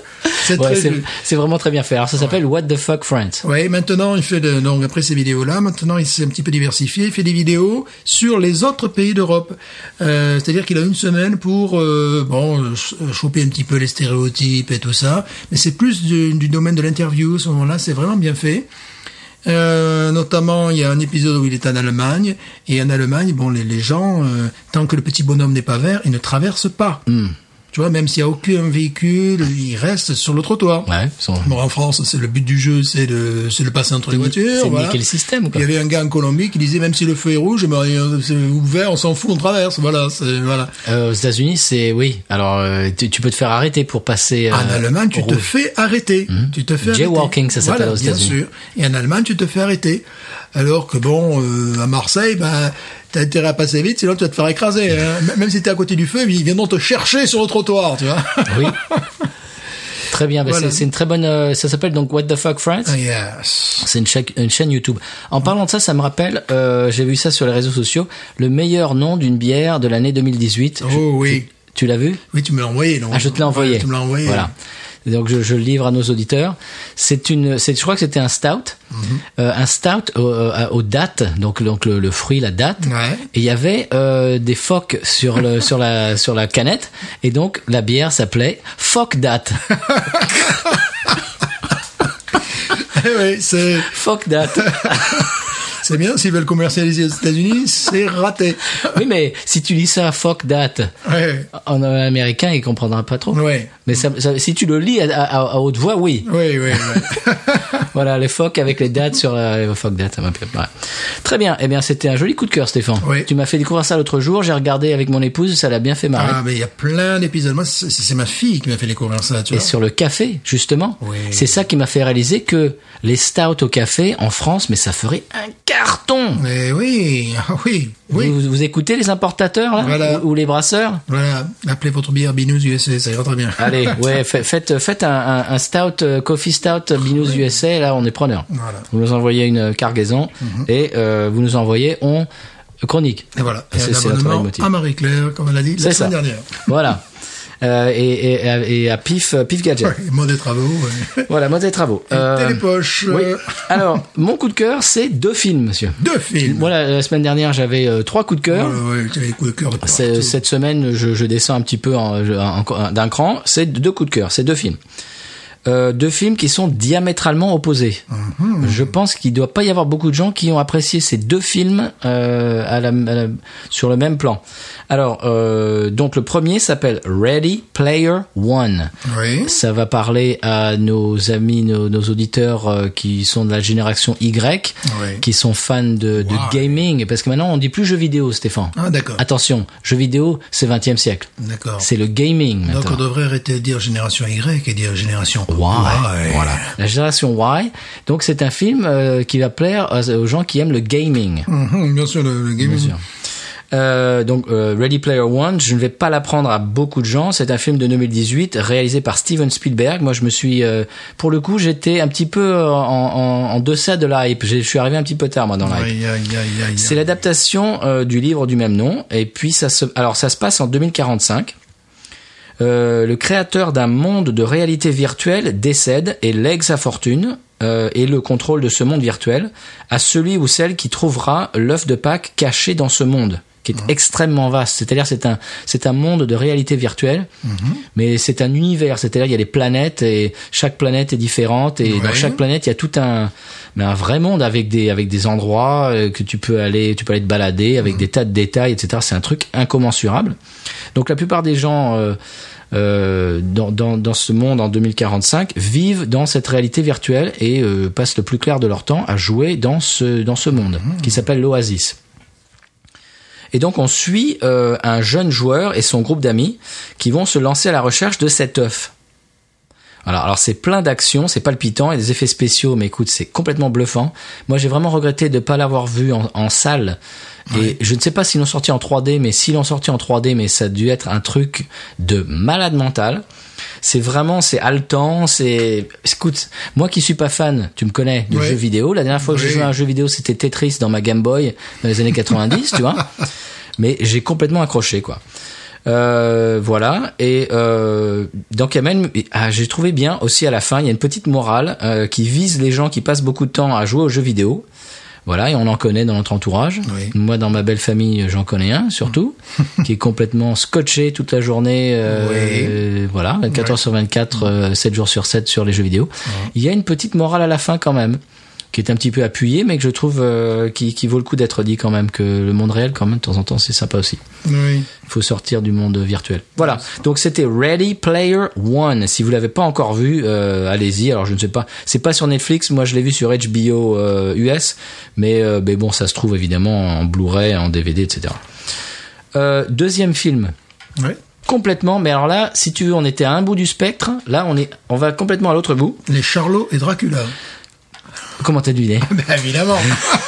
Speaker 2: C'est
Speaker 1: Ouais,
Speaker 2: très
Speaker 1: c'est,
Speaker 2: joli.
Speaker 1: c'est vraiment très bien fait. Alors ça s'appelle What the Fuck Friends.
Speaker 2: Ouais, maintenant il fait de, donc après ces vidéos-là, maintenant il s'est un petit peu diversifié. Il fait des vidéos sur les autres pays d'Europe. Euh, c'est-à-dire qu'il a une semaine pour euh, bon euh, choper un petit peu les stéréotypes et tout ça. Mais c'est plus du, du domaine de l'interview. Ce moment-là, c'est vraiment bien fait. Euh, notamment, il y a un épisode où il est en Allemagne, et en Allemagne, bon, les, les gens, euh, tant que le petit bonhomme n'est pas vert, ils ne traversent pas.
Speaker 1: Mm.
Speaker 2: Tu vois, même s'il y a aucun véhicule, ils restent sur le trottoir.
Speaker 1: Ouais, ils sont...
Speaker 2: Bon, en France, c'est le but du jeu, c'est de, c'est de passer entre les voitures.
Speaker 1: C'est
Speaker 2: voilà.
Speaker 1: niquer le système ou quoi?
Speaker 2: Il y avait un gars en Colombie qui disait, même si le feu est rouge, mais c'est ouvert, on s'en fout, on traverse. Voilà, c'est, voilà.
Speaker 1: Euh, aux États-Unis, c'est oui. Alors, euh, tu, tu peux te faire arrêter pour passer. Euh,
Speaker 2: En Allemagne, tu
Speaker 1: au
Speaker 2: te
Speaker 1: rouge.
Speaker 2: fais arrêter.
Speaker 1: Mhm.
Speaker 2: Tu te fais
Speaker 1: Jaywalking,
Speaker 2: arrêter.
Speaker 1: ça s'appelle
Speaker 2: Voilà,
Speaker 1: aux
Speaker 2: bien
Speaker 1: États-Unis.
Speaker 2: sûr. Et en Allemagne, tu te fais arrêter. Alors que bon, euh, à Marseille, ben, t'as intérêt à passer vite, sinon tu vas te faire écraser. Hein. Même si t'es à côté du feu, ils viendront te chercher sur le trottoir, tu vois.
Speaker 1: Oui. Très bien. Bah,
Speaker 2: Voilà.
Speaker 1: c'est, c'est une très bonne. Euh, ça s'appelle donc What the Fuck Friends.
Speaker 2: Ah, yes.
Speaker 1: C'est une chaîne, une chaîne YouTube. En parlant de ça, ça me rappelle, euh, j'ai vu ça sur les réseaux sociaux, le meilleur nom d'une bière de l'année deux mille dix-huit.
Speaker 2: Oh
Speaker 1: Je-
Speaker 2: oui.
Speaker 1: Tu, tu l'as vu?
Speaker 2: Oui, tu me l'as envoyé, non?
Speaker 1: Ah, je te l'ai envoyé.
Speaker 2: Ouais, tu me l'as envoyé.
Speaker 1: Voilà. Donc je, je le livre à nos auditeurs. C'est une, c'est, je crois que c'était un stout,
Speaker 2: Mm-hmm.
Speaker 1: euh, un stout au- euh, aux dattes, donc donc le, le fruit, la date.
Speaker 2: Ouais.
Speaker 1: Et il y avait euh, des phoques sur le sur la sur la canette, et donc la bière s'appelait Phoque Date.
Speaker 2: oui, c'est,
Speaker 1: Phoque Date.
Speaker 2: c'est bien, s'ils veulent commercialiser aux États-Unis, c'est raté.
Speaker 1: Oui, mais si tu lis ça Phoque Date
Speaker 2: Ouais.
Speaker 1: en américain, il comprendra pas trop.
Speaker 2: Ouais.
Speaker 1: Mais ça, ça- si tu le lis à, à, à haute voix, oui.
Speaker 2: Oui, oui, oui.
Speaker 1: Voilà, les phoques avec les dates sur la phoque date. Ça m'appelle. Ouais. Très bien. Eh bien, c'était un joli coup de cœur, Stéphane.
Speaker 2: Oui.
Speaker 1: Tu m'as fait découvrir ça l'autre jour. J'ai regardé avec mon épouse. Ça l'a bien fait marrer.
Speaker 2: Ah, mais il y a plein d'épisodes. Moi, c'est, c'est ma fille qui m'a fait découvrir ça, tu
Speaker 1: Et
Speaker 2: vois.
Speaker 1: sur le café, justement.
Speaker 2: Oui.
Speaker 1: C'est ça qui m'a fait réaliser que les stouts au café en France, mais ça ferait un carton.
Speaker 2: Mais oui, ah oui, oui.
Speaker 1: Vous, vous écoutez les importateurs, là?
Speaker 2: Voilà.
Speaker 1: Ou, ou les brasseurs?
Speaker 2: Voilà, appelez votre bière Binous U S A, ça ira très bien.
Speaker 1: Allez, ouais, fa- faites, faites un, un, un stout, euh, coffee stout Binous U S A, là, on est preneur.
Speaker 2: Voilà.
Speaker 1: Vous nous envoyez une cargaison et euh, vous nous envoyez on chronique.
Speaker 2: Et voilà. Et
Speaker 1: C'est-
Speaker 2: un
Speaker 1: c'est notre
Speaker 2: abonnement
Speaker 1: motif.
Speaker 2: à Marie-Claire, comme elle a dit la
Speaker 1: C'est
Speaker 2: semaine
Speaker 1: ça.
Speaker 2: dernière.
Speaker 1: Voilà. Euh, et, et, et, et à Pif, Pif Gadget.
Speaker 2: Ouais, mode des travaux. Ouais.
Speaker 1: Voilà, mode des travaux. Euh,
Speaker 2: Télépoche.
Speaker 1: oui.
Speaker 2: euh,
Speaker 1: Alors, mon coup de cœur, c'est deux films, monsieur.
Speaker 2: Deux films.
Speaker 1: Voilà, la semaine dernière, j'avais euh, trois coups de cœur.
Speaker 2: Ouais, ouais, tu avais des coups de cœur de
Speaker 1: C'est-
Speaker 2: partout.
Speaker 1: Cette semaine, je, je descends un petit peu en, je- en- en- d'un cran. C'est deux coups de cœur, c'est deux films. Euh, deux films qui sont diamétralement opposés.
Speaker 2: Mhm.
Speaker 1: Je pense qu'il doit pas y avoir beaucoup de gens qui ont apprécié ces deux films euh, à la, à la- sur le même plan. Alors, euh, donc le premier s'appelle Ready Player One.
Speaker 2: Oui.
Speaker 1: Ça va parler à nos amis, nos, nos auditeurs euh, qui sont de la génération Y,
Speaker 2: Oui.
Speaker 1: qui sont fans de, de
Speaker 2: Wow.
Speaker 1: gaming, parce que maintenant on dit plus jeux vidéo, Stéphane.
Speaker 2: Ah, d'accord.
Speaker 1: Attention, jeux vidéo, c'est vingtième siècle.
Speaker 2: D'accord.
Speaker 1: C'est le gaming
Speaker 2: Donc on
Speaker 1: maintenant.
Speaker 2: devrait arrêter de dire génération Y et dire génération
Speaker 1: Y.
Speaker 2: Y.
Speaker 1: Voilà. La génération Y. Donc c'est un film euh, qui va plaire aux aux gens qui aiment le gaming.
Speaker 2: Mhm, bien sûr, le, le gaming.
Speaker 1: Bien sûr. Euh, donc euh, Ready Player One, je ne vais pas l'apprendre à beaucoup de gens. C'est un film de deux mille dix-huit réalisé par Steven Spielberg. Moi, je me suis, euh, pour le coup, j'étais un petit peu en, en, en deçà de la hype. Je suis arrivé un petit peu tard moi dans la hype.
Speaker 2: Aïe, aïe, aïe, aïe.
Speaker 1: C'est l'adaptation euh, du livre du même nom. Et puis ça se, alors ça se passe en deux mille quarante-cinq. Euh, le créateur d'un monde de réalité virtuelle décède et lègue sa fortune euh, et le contrôle de ce monde virtuel à celui ou celle qui trouvera l'œuf de Pâques caché dans ce monde, qui est extrêmement vaste. C'est-à-dire c'est un c'est un monde de réalité virtuelle, mais c'est un univers. C'est-à-dire il y a des planètes et chaque planète est différente et
Speaker 2: Ouais.
Speaker 1: dans chaque planète il y a tout un mais un vrai monde avec des avec des endroits euh, que tu peux aller tu peux aller te balader avec des tas de détails, et cetera. C'est un truc incommensurable. Donc la plupart des gens euh, euh, dans, dans, dans ce monde en deux mille quarante-cinq vivent dans cette réalité virtuelle et euh, passent le plus clair de leur temps à jouer dans ce dans ce monde qui s'appelle l'Oasis. Et donc on suit euh, un jeune joueur et son groupe d'amis qui vont se lancer à la recherche de cet œuf. Alors, alors c'est plein d'actions, c'est palpitant, et des effets spéciaux, mais écoute, c'est complètement bluffant. Moi, j'ai vraiment regretté de ne pas l'avoir vu en, en salle. Et je ne sais pas s'ils l'ont sorti en trois D, mais s'ils l'ont sorti en trois D, mais ça a dû être un truc de malade mental. C'est vraiment, c'est haletant, c'est... Écoute, moi qui suis pas fan, tu me connais, de
Speaker 2: Ouais.
Speaker 1: jeux vidéo, la dernière fois que j'ai
Speaker 2: Oui.
Speaker 1: joué à un jeu vidéo, c'était Tetris dans ma Game Boy, dans les années quatre-vingt-dix, tu vois. Mais j'ai complètement accroché, quoi. Euh, voilà. Et euh, donc il y a même, ah, j'ai trouvé bien aussi à la fin, il y a une petite morale euh, qui vise les gens qui passent beaucoup de temps à jouer aux jeux vidéo. Voilà, et on en connaît dans notre entourage.
Speaker 2: Oui.
Speaker 1: Moi, dans ma belle famille, j'en connais un, surtout, qui est complètement scotché toute la journée, euh,
Speaker 2: Oui.
Speaker 1: euh, voilà, vingt-quatre
Speaker 2: Ouais.
Speaker 1: heures sur vingt-quatre, euh, sept jours sur sept sur les jeux vidéo.
Speaker 2: Ouais.
Speaker 1: Il y a une petite morale à la fin quand même, qui est un petit peu appuyée, mais que je trouve euh, qui, qui vaut le coup d'être dit quand même, que le monde réel, quand même, de temps en temps, c'est sympa aussi.
Speaker 2: Oui.
Speaker 1: Il faut sortir du monde virtuel. Voilà. Donc c'était Ready Player One. Si vous l'avez pas encore vu, euh, allez-y. Alors je ne sais pas, c'est pas sur Netflix. Moi je l'ai vu sur H B O euh, U S, mais euh, mais bon, ça se trouve évidemment en Blu-ray, en D V D, et cetera. Euh, deuxième film.
Speaker 2: Oui.
Speaker 1: Complètement. Mais alors là, si tu veux, on était à un bout du spectre. Là, on est, on va complètement à l'autre bout.
Speaker 2: Les Charlot et Dracula.
Speaker 1: Comment t'as deviné?
Speaker 2: Ben évidemment.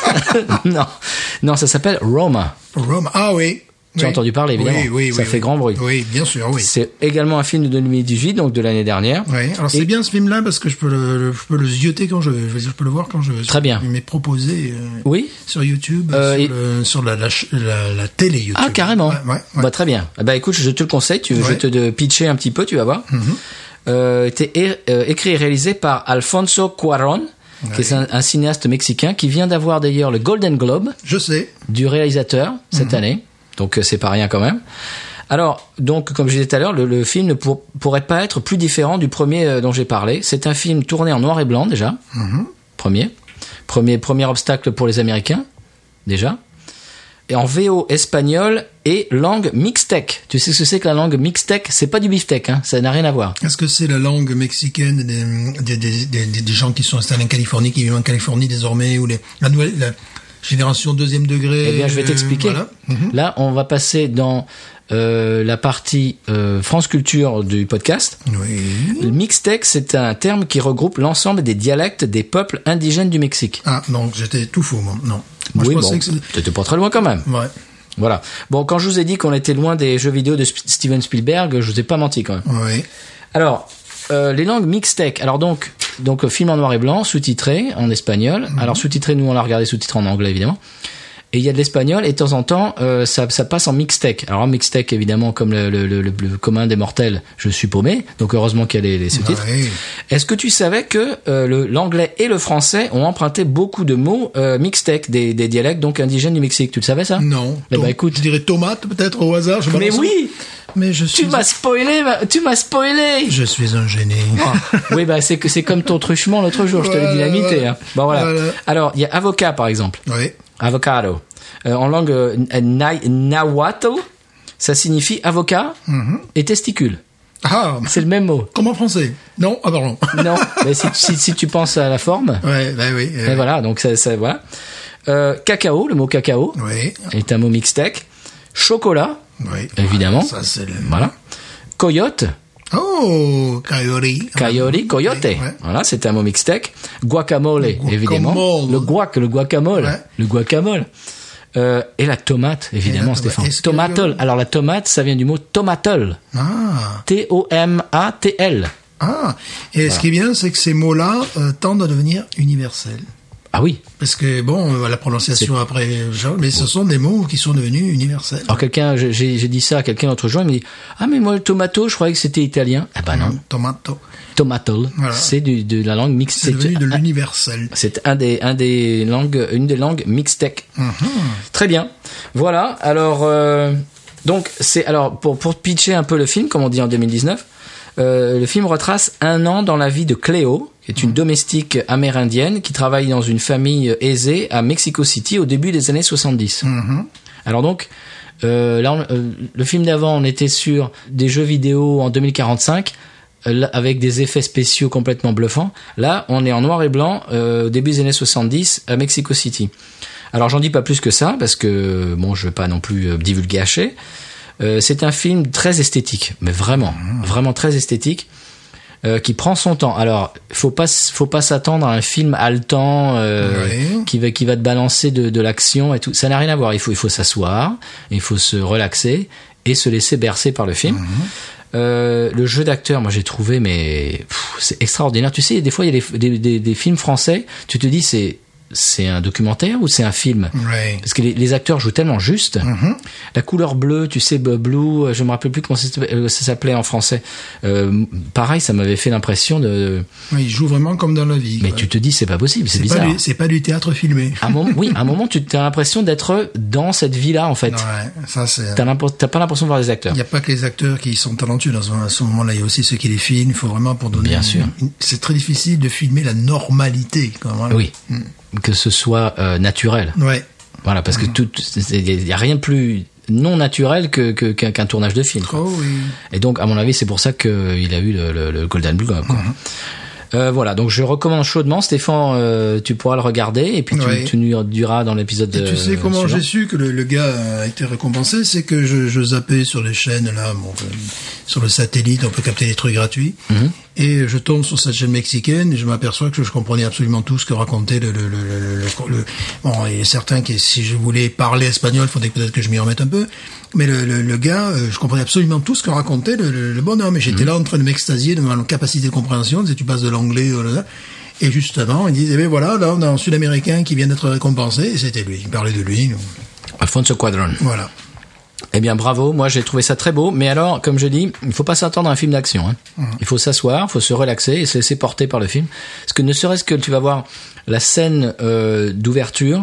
Speaker 1: Non, non, ça s'appelle Roma.
Speaker 2: Rome. Ah oui.
Speaker 1: Tu as
Speaker 2: Oui.
Speaker 1: entendu parler, évidemment.
Speaker 2: Oui, oui,
Speaker 1: Ça
Speaker 2: oui,
Speaker 1: fait
Speaker 2: oui.
Speaker 1: grand bruit.
Speaker 2: Oui, bien sûr, oui.
Speaker 1: C'est également un film de deux mille dix-huit, donc de l'année dernière.
Speaker 2: Oui. Alors c'est
Speaker 1: Et-
Speaker 2: bien ce film-là parce que je peux le, le- je peux le zioter quand je veux. Je veux dire, je peux le voir quand je veux.
Speaker 1: Très bien.
Speaker 2: Il m'est proposé euh,
Speaker 1: Oui.
Speaker 2: sur YouTube,
Speaker 1: Euh,
Speaker 2: sur,
Speaker 1: et-
Speaker 2: le- sur la, la, ch- la, la télé YouTube.
Speaker 1: Ah, carrément.
Speaker 2: Ouais, ouais, ouais.
Speaker 1: Bah, très bien. Ah bah, écoute, je te le conseille. Tu, Je
Speaker 2: Ouais.
Speaker 1: vais te de pitcher un petit peu, tu vas voir.
Speaker 2: Mhm.
Speaker 1: Euh, était é- euh, écrit et réalisé par Alfonso Cuarón, qui est un, un cinéaste mexicain qui vient d'avoir d'ailleurs le Golden Globe
Speaker 2: Je sais.
Speaker 1: du réalisateur cette année. Donc, euh, c'est pas rien quand même. Alors, donc, comme je disais tout à l'heure, le, le film ne pour- pourrait pas être plus différent du premier euh, dont j'ai parlé. C'est un film tourné en noir et blanc, déjà.
Speaker 2: Mhm.
Speaker 1: Premier. Premier, premier obstacle pour les Américains, déjà. Et en V O espagnol et langue mixtec. Tu sais ce que c'est que la langue mixtec? C'est pas du beefsteak, hein. Ça n'a rien à voir.
Speaker 2: Est-ce que c'est la langue mexicaine des, des, des, des, des- des gens qui sont installés en Californie, qui vivent en Californie désormais, ou les, la nouvelle, la génération deuxième degré?
Speaker 1: Eh bien, je vais
Speaker 2: euh,
Speaker 1: t'expliquer.
Speaker 2: voilà. Mhm.
Speaker 1: Là, on va passer dans euh, la partie euh, France Culture du podcast.
Speaker 2: Oui.
Speaker 1: Le mixtec, c'est un terme qui regroupe l'ensemble des dialectes des peuples indigènes du Mexique.
Speaker 2: Ah, donc j'étais tout faux, moi. Non. Moi,
Speaker 1: oui,
Speaker 2: je pensais
Speaker 1: bon,
Speaker 2: que c'était...
Speaker 1: t'étais pas très loin quand même.
Speaker 2: Ouais.
Speaker 1: Voilà. Bon, quand je vous ai dit qu'on était loin des jeux vidéo de Sp- Steven Spielberg, je vous ai pas menti quand même.
Speaker 2: Oui.
Speaker 1: Alors, euh, les langues mixtec. Alors donc, donc euh, film en noir et blanc, sous-titré en espagnol.
Speaker 2: Mhm.
Speaker 1: Alors sous-titré, nous on l'a regardé sous-titré en anglais évidemment. Et il y a de l'espagnol et de temps en temps euh, ça, ça passe en mixtec. Alors en mixtec évidemment comme le, le, le, le commun des mortels, je suis paumé. Donc heureusement qu'il y a les, les sous-titres.
Speaker 2: Ouais.
Speaker 1: Est-ce que tu savais que euh, le, l'anglais et le français ont emprunté beaucoup de mots euh, mixtec, des, des dialectes donc indigènes du Mexique? Tu le savais ça?
Speaker 2: Non.
Speaker 1: Eh ben,
Speaker 2: Tom-
Speaker 1: écoute.
Speaker 2: Je dirais tomate, peut-être, au hasard. Je
Speaker 1: Mais
Speaker 2: balance-
Speaker 1: oui,
Speaker 2: Mais je suis...
Speaker 1: tu m'as spoilé, ma- tu m'as spoilé.
Speaker 2: Je suis un génie.
Speaker 1: Oui, bah c'est que c'est comme ton truchement l'autre jour, je te l'ai
Speaker 2: Voilà,
Speaker 1: dynamité.
Speaker 2: voilà.
Speaker 1: Hein. Bon voilà.
Speaker 2: Voilà.
Speaker 1: Alors il y a avocat par exemple,
Speaker 2: Oui.
Speaker 1: avocado. Euh, en langue euh, na- nahuatl, ça signifie avocat
Speaker 2: Mhm.
Speaker 1: et testicule.
Speaker 2: Ah,
Speaker 1: C'est le même mot.
Speaker 2: comme en français. Non, ah pardon.
Speaker 1: Non, mais si, si, si tu penses à la forme,
Speaker 2: Ouais, bah oui. euh,
Speaker 1: et voilà. Donc ça, ça voilà. Euh, cacao, le mot cacao
Speaker 2: Oui.
Speaker 1: est un mot mixtec. Chocolat,
Speaker 2: Oui.
Speaker 1: évidemment.
Speaker 2: Ça, c'est le...
Speaker 1: Voilà. Coyote,
Speaker 2: Oh, coyote.
Speaker 1: Coyote, coyote.
Speaker 2: Ouais.
Speaker 1: Voilà, c'est un mot mixtec. Guacamole,
Speaker 2: guacamole.
Speaker 1: évidemment. Le guac, le guacamole.
Speaker 2: Ouais.
Speaker 1: Le guacamole. Euh, et la tomate, évidemment,
Speaker 2: Et la tomate.
Speaker 1: Stéphane.
Speaker 2: Est-ce que-
Speaker 1: Tomatol. Alors, la tomate, ça vient du mot tomatol.
Speaker 2: Ah.
Speaker 1: T O M A T L.
Speaker 2: Ah. Et ce qui est bien, c'est que ces mots-là euh, tendent à devenir universels.
Speaker 1: Ah oui.
Speaker 2: Parce que, bon, euh, la prononciation après, euh, genre, mais ce sont des mots qui sont devenus universels.
Speaker 1: Alors, quelqu'un, j'ai, j'ai dit ça à quelqu'un l'autre jour, il me dit, ah, mais moi, le tomato, je croyais que c'était italien. Ah bah non.
Speaker 2: Tomato.
Speaker 1: Tomatol.
Speaker 2: Voilà.
Speaker 1: C'est du, de la langue mixte.
Speaker 2: C'est devenu de
Speaker 1: un-
Speaker 2: l'universel.
Speaker 1: C'est un des, un des langues, une des langues mixtec.
Speaker 2: Mhm.
Speaker 1: Très bien. Voilà. Alors, euh, donc, c'est, alors, pour, pour pitcher un peu le film, comme on dit en deux mille dix-neuf, euh, le film retrace un an dans la vie de Cléo, qui est une domestique amérindienne qui travaille dans une famille aisée à Mexico City au début des années soixante-dix.
Speaker 2: Mhm.
Speaker 1: Alors donc, euh, là, on- euh, le film d'avant, on était sur des jeux vidéo en deux mille quarante-cinq, euh, là, avec des effets spéciaux complètement bluffants. Là, on est en noir et blanc euh, au début des années soixante-dix à Mexico City. Alors, j'en dis pas plus que ça, parce que, bon, je vais pas non plus euh, divulgacher. Euh, c'est un film très esthétique, mais vraiment, vraiment très esthétique. Euh, qui prend son temps. Alors, faut pas, faut pas s'attendre à un film haletant euh,
Speaker 2: Ouais.
Speaker 1: qui va, qui va te balancer de, de l'action et tout. Ça n'a rien à voir. Il faut, il faut s'asseoir, il faut se relaxer et se laisser bercer par le film. Euh, le jeu d'acteur, moi j'ai trouvé, mais pff, c'est extraordinaire. Tu sais, des fois il y a des, des, des, des films français, tu te dis c'est c'est un documentaire ou c'est un film?
Speaker 2: Ouais.
Speaker 1: Parce que les, les acteurs jouent tellement juste.
Speaker 2: Mm-hmm.
Speaker 1: La couleur bleue, tu sais, blue, je me rappelle plus comment ça s'appelait en français. Euh, pareil, ça m'avait fait l'impression de...
Speaker 2: Ouais, il joue vraiment comme dans la vie.
Speaker 1: Mais
Speaker 2: quoi.
Speaker 1: tu te dis, c'est pas possible, c'est,
Speaker 2: c'est
Speaker 1: bizarre.
Speaker 2: Pas du, c'est pas du théâtre filmé.
Speaker 1: À un moment, oui, à un moment, tu as l'impression d'être dans cette vie-là, en fait.
Speaker 2: Ouais, ça c'est...
Speaker 1: T'as, t'as pas l'impression de voir les acteurs.
Speaker 2: Il n'y a pas que les acteurs qui sont talentueux dans ce, à ce moment-là, il y a aussi ceux qui les filment. Il faut vraiment pour donner...
Speaker 1: Bien sûr.
Speaker 2: Une, c'est très difficile de filmer la normalité. Quoi, voilà.
Speaker 1: Oui, mm. que ce soit euh, naturel.
Speaker 2: Ouais.
Speaker 1: Voilà, parce que
Speaker 2: Mm.
Speaker 1: tout, il y a rien de plus non naturel que, que qu'un, qu'un tournage de film.
Speaker 2: Oh oui.
Speaker 1: Et donc, à mon avis, c'est pour ça qu'il a eu le, le, le Golden Globe. Quoi. Mm-hmm. Euh, voilà, donc je recommande chaudement, Stéphane, euh, tu pourras le regarder et puis tu,
Speaker 2: ouais.
Speaker 1: tu nous diras dans l'épisode.
Speaker 2: Et tu sais comment
Speaker 1: suivant.
Speaker 2: j'ai su que le, le gars a été récompensé, c'est que je, je zappais sur les chaînes là, bon, euh, sur le satellite, on peut capter des trucs gratuits,
Speaker 1: Mm-hmm.
Speaker 2: et je tombe sur cette chaîne mexicaine et je m'aperçois que je comprenais absolument tout ce que racontait le. le, le, le, le, le bon, il y a certains qui, si je voulais parler espagnol, il faudrait peut-être que je m'y remette un peu. Mais le, le, le gars, euh, je comprenais absolument tout ce que racontait le, le, le bonhomme. Et j'étais mmh. là en train de m'extasier devant la capacité de compréhension. Tu passes de l'anglais, euh, et justement, il disait, ben voilà, là, on a un Sud-Américain qui vient d'être récompensé, et c'était lui. Il parlait de lui.
Speaker 1: Alfonso Cuarón.
Speaker 2: Voilà.
Speaker 1: Eh bien, bravo. Moi, j'ai trouvé ça très beau. Mais alors, comme je dis, il faut pas s'attendre à un film d'action. Hein. Mmh. Il faut s'asseoir, il faut se relaxer et se laisser porter par le film. Parce que ne serait-ce que tu vas voir la scène euh, d'ouverture,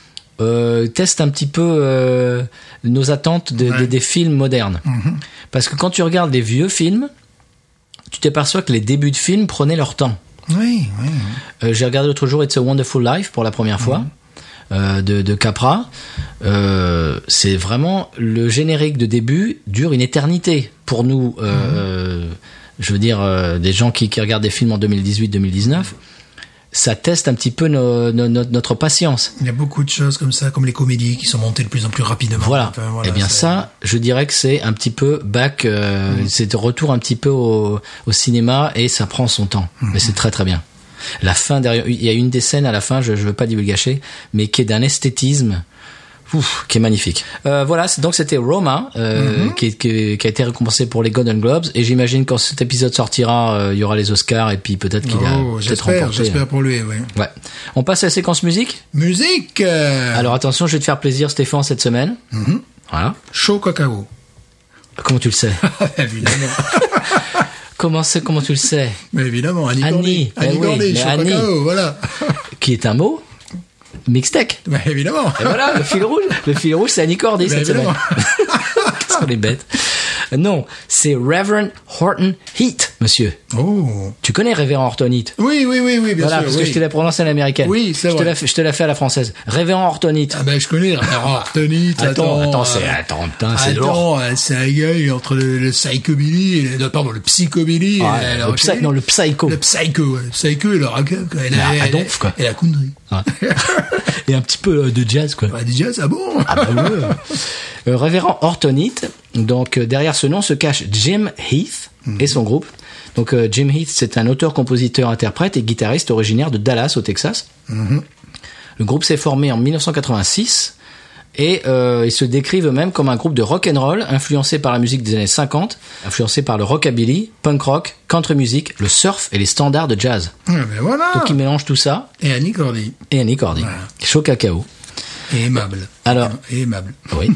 Speaker 1: Euh, teste un petit peu euh, nos attentes de, ouais. de, des films modernes. Mm-hmm. Parce que quand tu regardes des vieux films, tu t'aperçois que les débuts de films prenaient leur temps.
Speaker 2: Oui, oui. oui.
Speaker 1: Euh, j'ai regardé l'autre jour It's a Wonderful Life pour la première mm-hmm. fois, euh, de, de Capra. Euh, c'est vraiment, le générique de début dure une éternité pour nous, euh, mm-hmm. je veux dire, euh, des gens qui, qui regardent des films en deux mille dix-huit deux mille dix-neuf. Ça teste un petit peu nos, nos, notre patience.
Speaker 2: Il y a beaucoup de choses comme ça, comme les comédies qui sont montées de plus en plus rapidement.
Speaker 1: Voilà.
Speaker 2: Enfin, voilà
Speaker 1: eh bien
Speaker 2: c'est...
Speaker 1: ça, je dirais que c'est un petit peu back, euh, mmh. c'est de retour un petit peu au, au cinéma et ça prend son temps. Mmh. Mais c'est très très bien. La fin derrière, il y a une des scènes à la fin, je, je veux pas divulgacher, mais qui est d'un esthétisme. Ouf, qui est magnifique. Euh, voilà, donc c'était Roma, euh, mm-hmm. qui, qui, qui a été récompensé pour les Golden Globes, et j'imagine quand cet épisode sortira, euh, il y aura les Oscars, et puis peut-être qu'il
Speaker 2: oh,
Speaker 1: a peut-être
Speaker 2: j'espère,
Speaker 1: remporté.
Speaker 2: J'espère pour lui, oui.
Speaker 1: Ouais. On passe à la séquence musique.
Speaker 2: Musique. Euh...
Speaker 1: Alors attention, je vais te faire plaisir, Stéphane, cette semaine.
Speaker 2: Mm-hmm.
Speaker 1: Voilà.
Speaker 2: Chaud cacao.
Speaker 1: Comment tu le sais?
Speaker 2: Évidemment.
Speaker 1: Comment c'est, comment tu le sais?
Speaker 2: Mais évidemment, Annie
Speaker 1: Annie.
Speaker 2: Cordy. Annie
Speaker 1: oui,
Speaker 2: Cordy, chaud
Speaker 1: Annie,
Speaker 2: cacao, voilà.
Speaker 1: Qui est un mot? Mixtec.
Speaker 2: Bah, évidemment.
Speaker 1: Et voilà, le fil rouge. Le fil rouge, c'est Annie Cordy cette
Speaker 2: évidemment.
Speaker 1: semaine. Qu'est-ce qu'on est bêtes. Non, c'est Reverend Horton Heat, monsieur.
Speaker 2: Oh.
Speaker 1: Tu connais Révérend Horton Heat?
Speaker 2: Oui, oui, oui, oui, bien
Speaker 1: voilà,
Speaker 2: sûr.
Speaker 1: parce
Speaker 2: oui.
Speaker 1: que je te l'ai prononcé à l'américaine.
Speaker 2: Oui, c'est
Speaker 1: je
Speaker 2: vrai.
Speaker 1: Te la, je te la fais à la française. Révérend Horton Heat.
Speaker 2: Ah ben, je connais Révérend Horton Heat.
Speaker 1: Attends,
Speaker 2: attends,
Speaker 1: attends, c'est, attends, attends, c'est
Speaker 2: Attends, lourd. C'est un gars entre le, le psychobilly et le, pardon, le psychobilly
Speaker 1: ah,
Speaker 2: et
Speaker 1: le,
Speaker 2: la,
Speaker 1: le psy, non, le psycho.
Speaker 2: Le psycho, ouais. Le psycho et le rock, quoi. Et la,
Speaker 1: la, Adolphe, quoi.
Speaker 2: Et la country.
Speaker 1: Ah. Et un petit peu euh, de jazz, quoi.
Speaker 2: Ouais, du jazz, ah bon?
Speaker 1: Ah bah ouais. euh, Révérend Horton Heat. Donc, euh, derrière ce nom se cache Jim Heath mm-hmm. et son groupe. Donc, euh, Jim Heath, c'est un auteur, compositeur, interprète et guitariste originaire de Dallas, au Texas. Mm-hmm. Le groupe s'est formé en dix-neuf cent quatre-vingt-six et euh, ils se décrivent eux-mêmes comme un groupe de rock and roll influencé par la musique des années cinquante, influencé par le rockabilly, punk rock, country music, le surf et les standards de jazz.
Speaker 2: Ah ben voilà.
Speaker 1: Donc, ils mélangent tout ça.
Speaker 2: Et Annie Cordy.
Speaker 1: Et Annie Cordy. Voilà. Chaud cacao.
Speaker 2: Et aimable.
Speaker 1: Alors.
Speaker 2: Et aimable.
Speaker 1: Oui.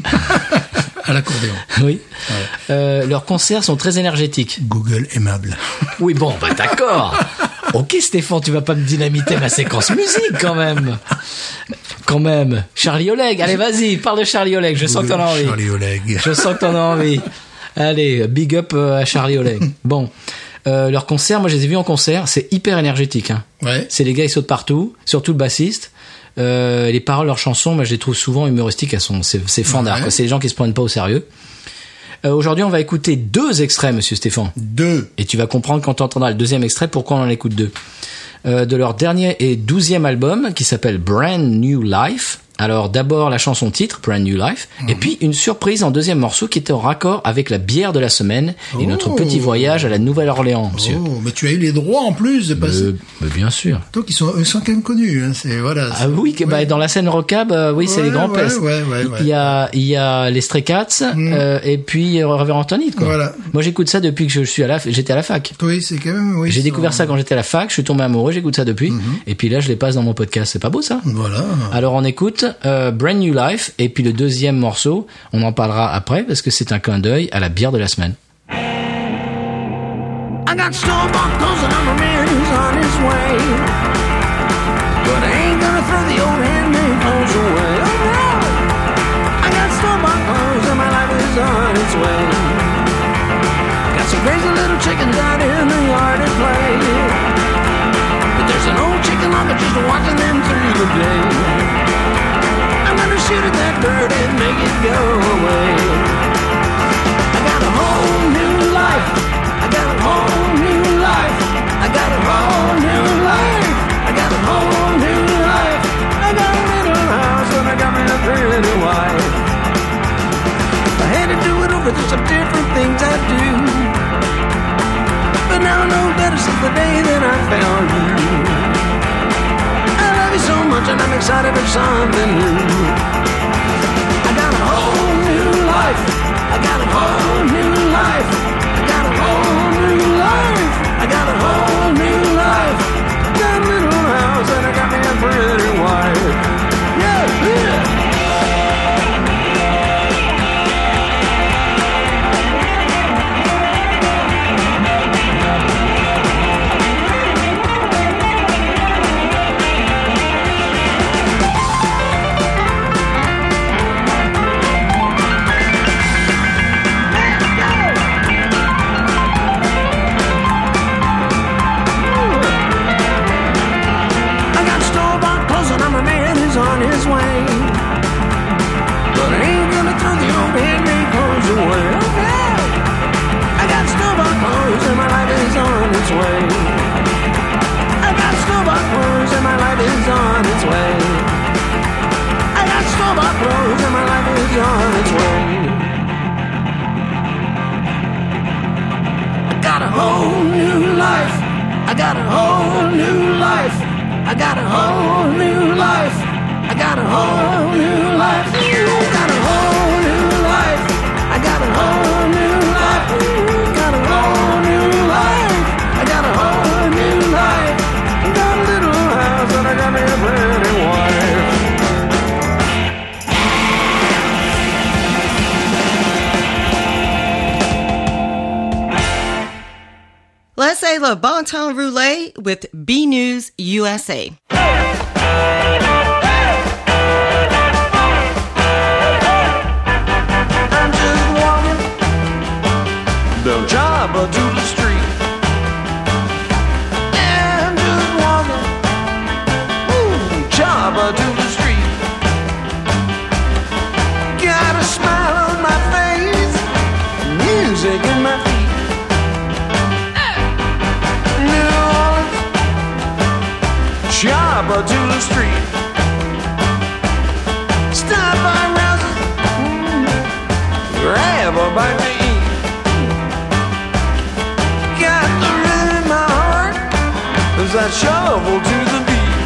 Speaker 2: À l'accordéon.
Speaker 1: Oui. Ouais. Euh, leurs concerts sont très énergétiques.
Speaker 2: Google aimable.
Speaker 1: Oui, bon, bah d'accord. Ok, Stéphane, tu vas pas me dynamiter ma séquence musique quand même. Quand même. Charlie Oleg, allez, vas-y, parle de Charlie Oleg. Je Google sens que t'en as envie.
Speaker 2: Charlie Oleg.
Speaker 1: Je sens que t'en as envie. Allez, big up à Charlie Oleg. Bon. Euh, leurs concerts, moi je les ai vus en concert, c'est hyper énergétique. Hein.
Speaker 2: Ouais. C'est
Speaker 1: les gars, ils sautent partout, surtout le bassiste. Euh, les paroles, leurs chansons, moi je les trouve souvent humoristiques, elles sont, c'est, c'est fandard, ouais. quoi. C'est les gens qui se prennent pas au sérieux. Euh, aujourd'hui, on va écouter deux extraits, monsieur Stéphane.
Speaker 2: Deux.
Speaker 1: Et tu vas comprendre quand tu entendras le deuxième extrait pourquoi on en écoute deux. Euh, de leur dernier et douzième album, qui s'appelle Brand New Life. Alors d'abord la chanson titre, Brand New Life, mmh. et puis une surprise en deuxième morceau qui était en raccord avec la bière de la semaine et
Speaker 2: oh.
Speaker 1: notre petit voyage à la Nouvelle-Orléans, monsieur.
Speaker 2: Oh, mais tu as eu les droits en plus de passer.
Speaker 1: Euh, mais bien sûr.
Speaker 2: Donc ils sont, ils sont quand même connus. Hein, c'est voilà.
Speaker 1: Ah oui, que, ouais. bah, dans la scène rockab, euh, oui, ouais, c'est les grands
Speaker 2: ouais,
Speaker 1: pestes.
Speaker 2: Ouais, ouais, ouais.
Speaker 1: Il y a, il y a les Stray Cats mmh. euh, et puis euh, Reverend Anthony. Quoi.
Speaker 2: Voilà.
Speaker 1: Moi j'écoute ça depuis que je suis à la, j'étais à la fac.
Speaker 2: Oui, c'est quand même. Oui,
Speaker 1: j'ai
Speaker 2: sont...
Speaker 1: découvert ça quand j'étais à la fac. Je suis tombé amoureux, j'écoute ça depuis. Mmh. Et puis là, je les passe dans mon podcast. C'est pas beau ça?
Speaker 2: Voilà.
Speaker 1: Alors on écoute euh, Brand New Life et puis le deuxième morceau, on en parlera après parce que c'est un clin d'œil à la bière de la semaine.
Speaker 8: I got store-bought clothes and I'm a man who's on his way, but I ain't gonna throw the old handmade clothes away. Oh no! I got store-bought clothes and my life is on its way. Got some crazy little chickens out in the yard at play, but there's an old chicken lover just watching them through the day. I'm gonna shoot at that bird and make it go away. I got a whole new life. I got a whole new life. I got a whole new life. I got a whole new life. I got a little house and I got me a pretty wife. I had to do it over, there's some different things I do, but now I know better since the day that I found you. I love you so much and I'm excited for something new. I got a whole new life. I got a whole new life. I got a whole new life. I got a whole new life. Got a little house and I got me a pretty wife. Yeah, yeah. On his way, but I ain't gonna throw the old handmade clothes away. Okay. I got store-bought clothes and my life is on its way. I got store-bought clothes and my life is on its way. I got store-bought clothes and my life is on its way. I got a whole new life. I got a whole new life. I got a whole new life. I got a whole new life. I got a whole new life. I got a whole new life. Got a whole new life. I got a whole new life. Got a little house and I got me a pretty wife.
Speaker 3: Let's say le bon temps roulé with B News U S A.
Speaker 8: The job to the street, and just walking, ooh, job to the street. Got a smile on my face, music in my feet. New Orleans, job to the street. Stop by Rouse's, mm, grab a bite to eat. That shovel to the beat,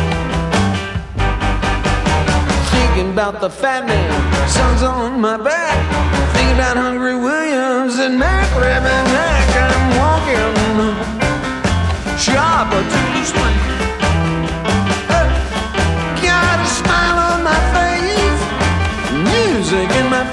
Speaker 8: thinking about the fat man, sun's on my back, thinking about Hungry Williams and Mac Rebennack. I'm walking, shopper to the street, hey, got a smile on my face, music in my feet.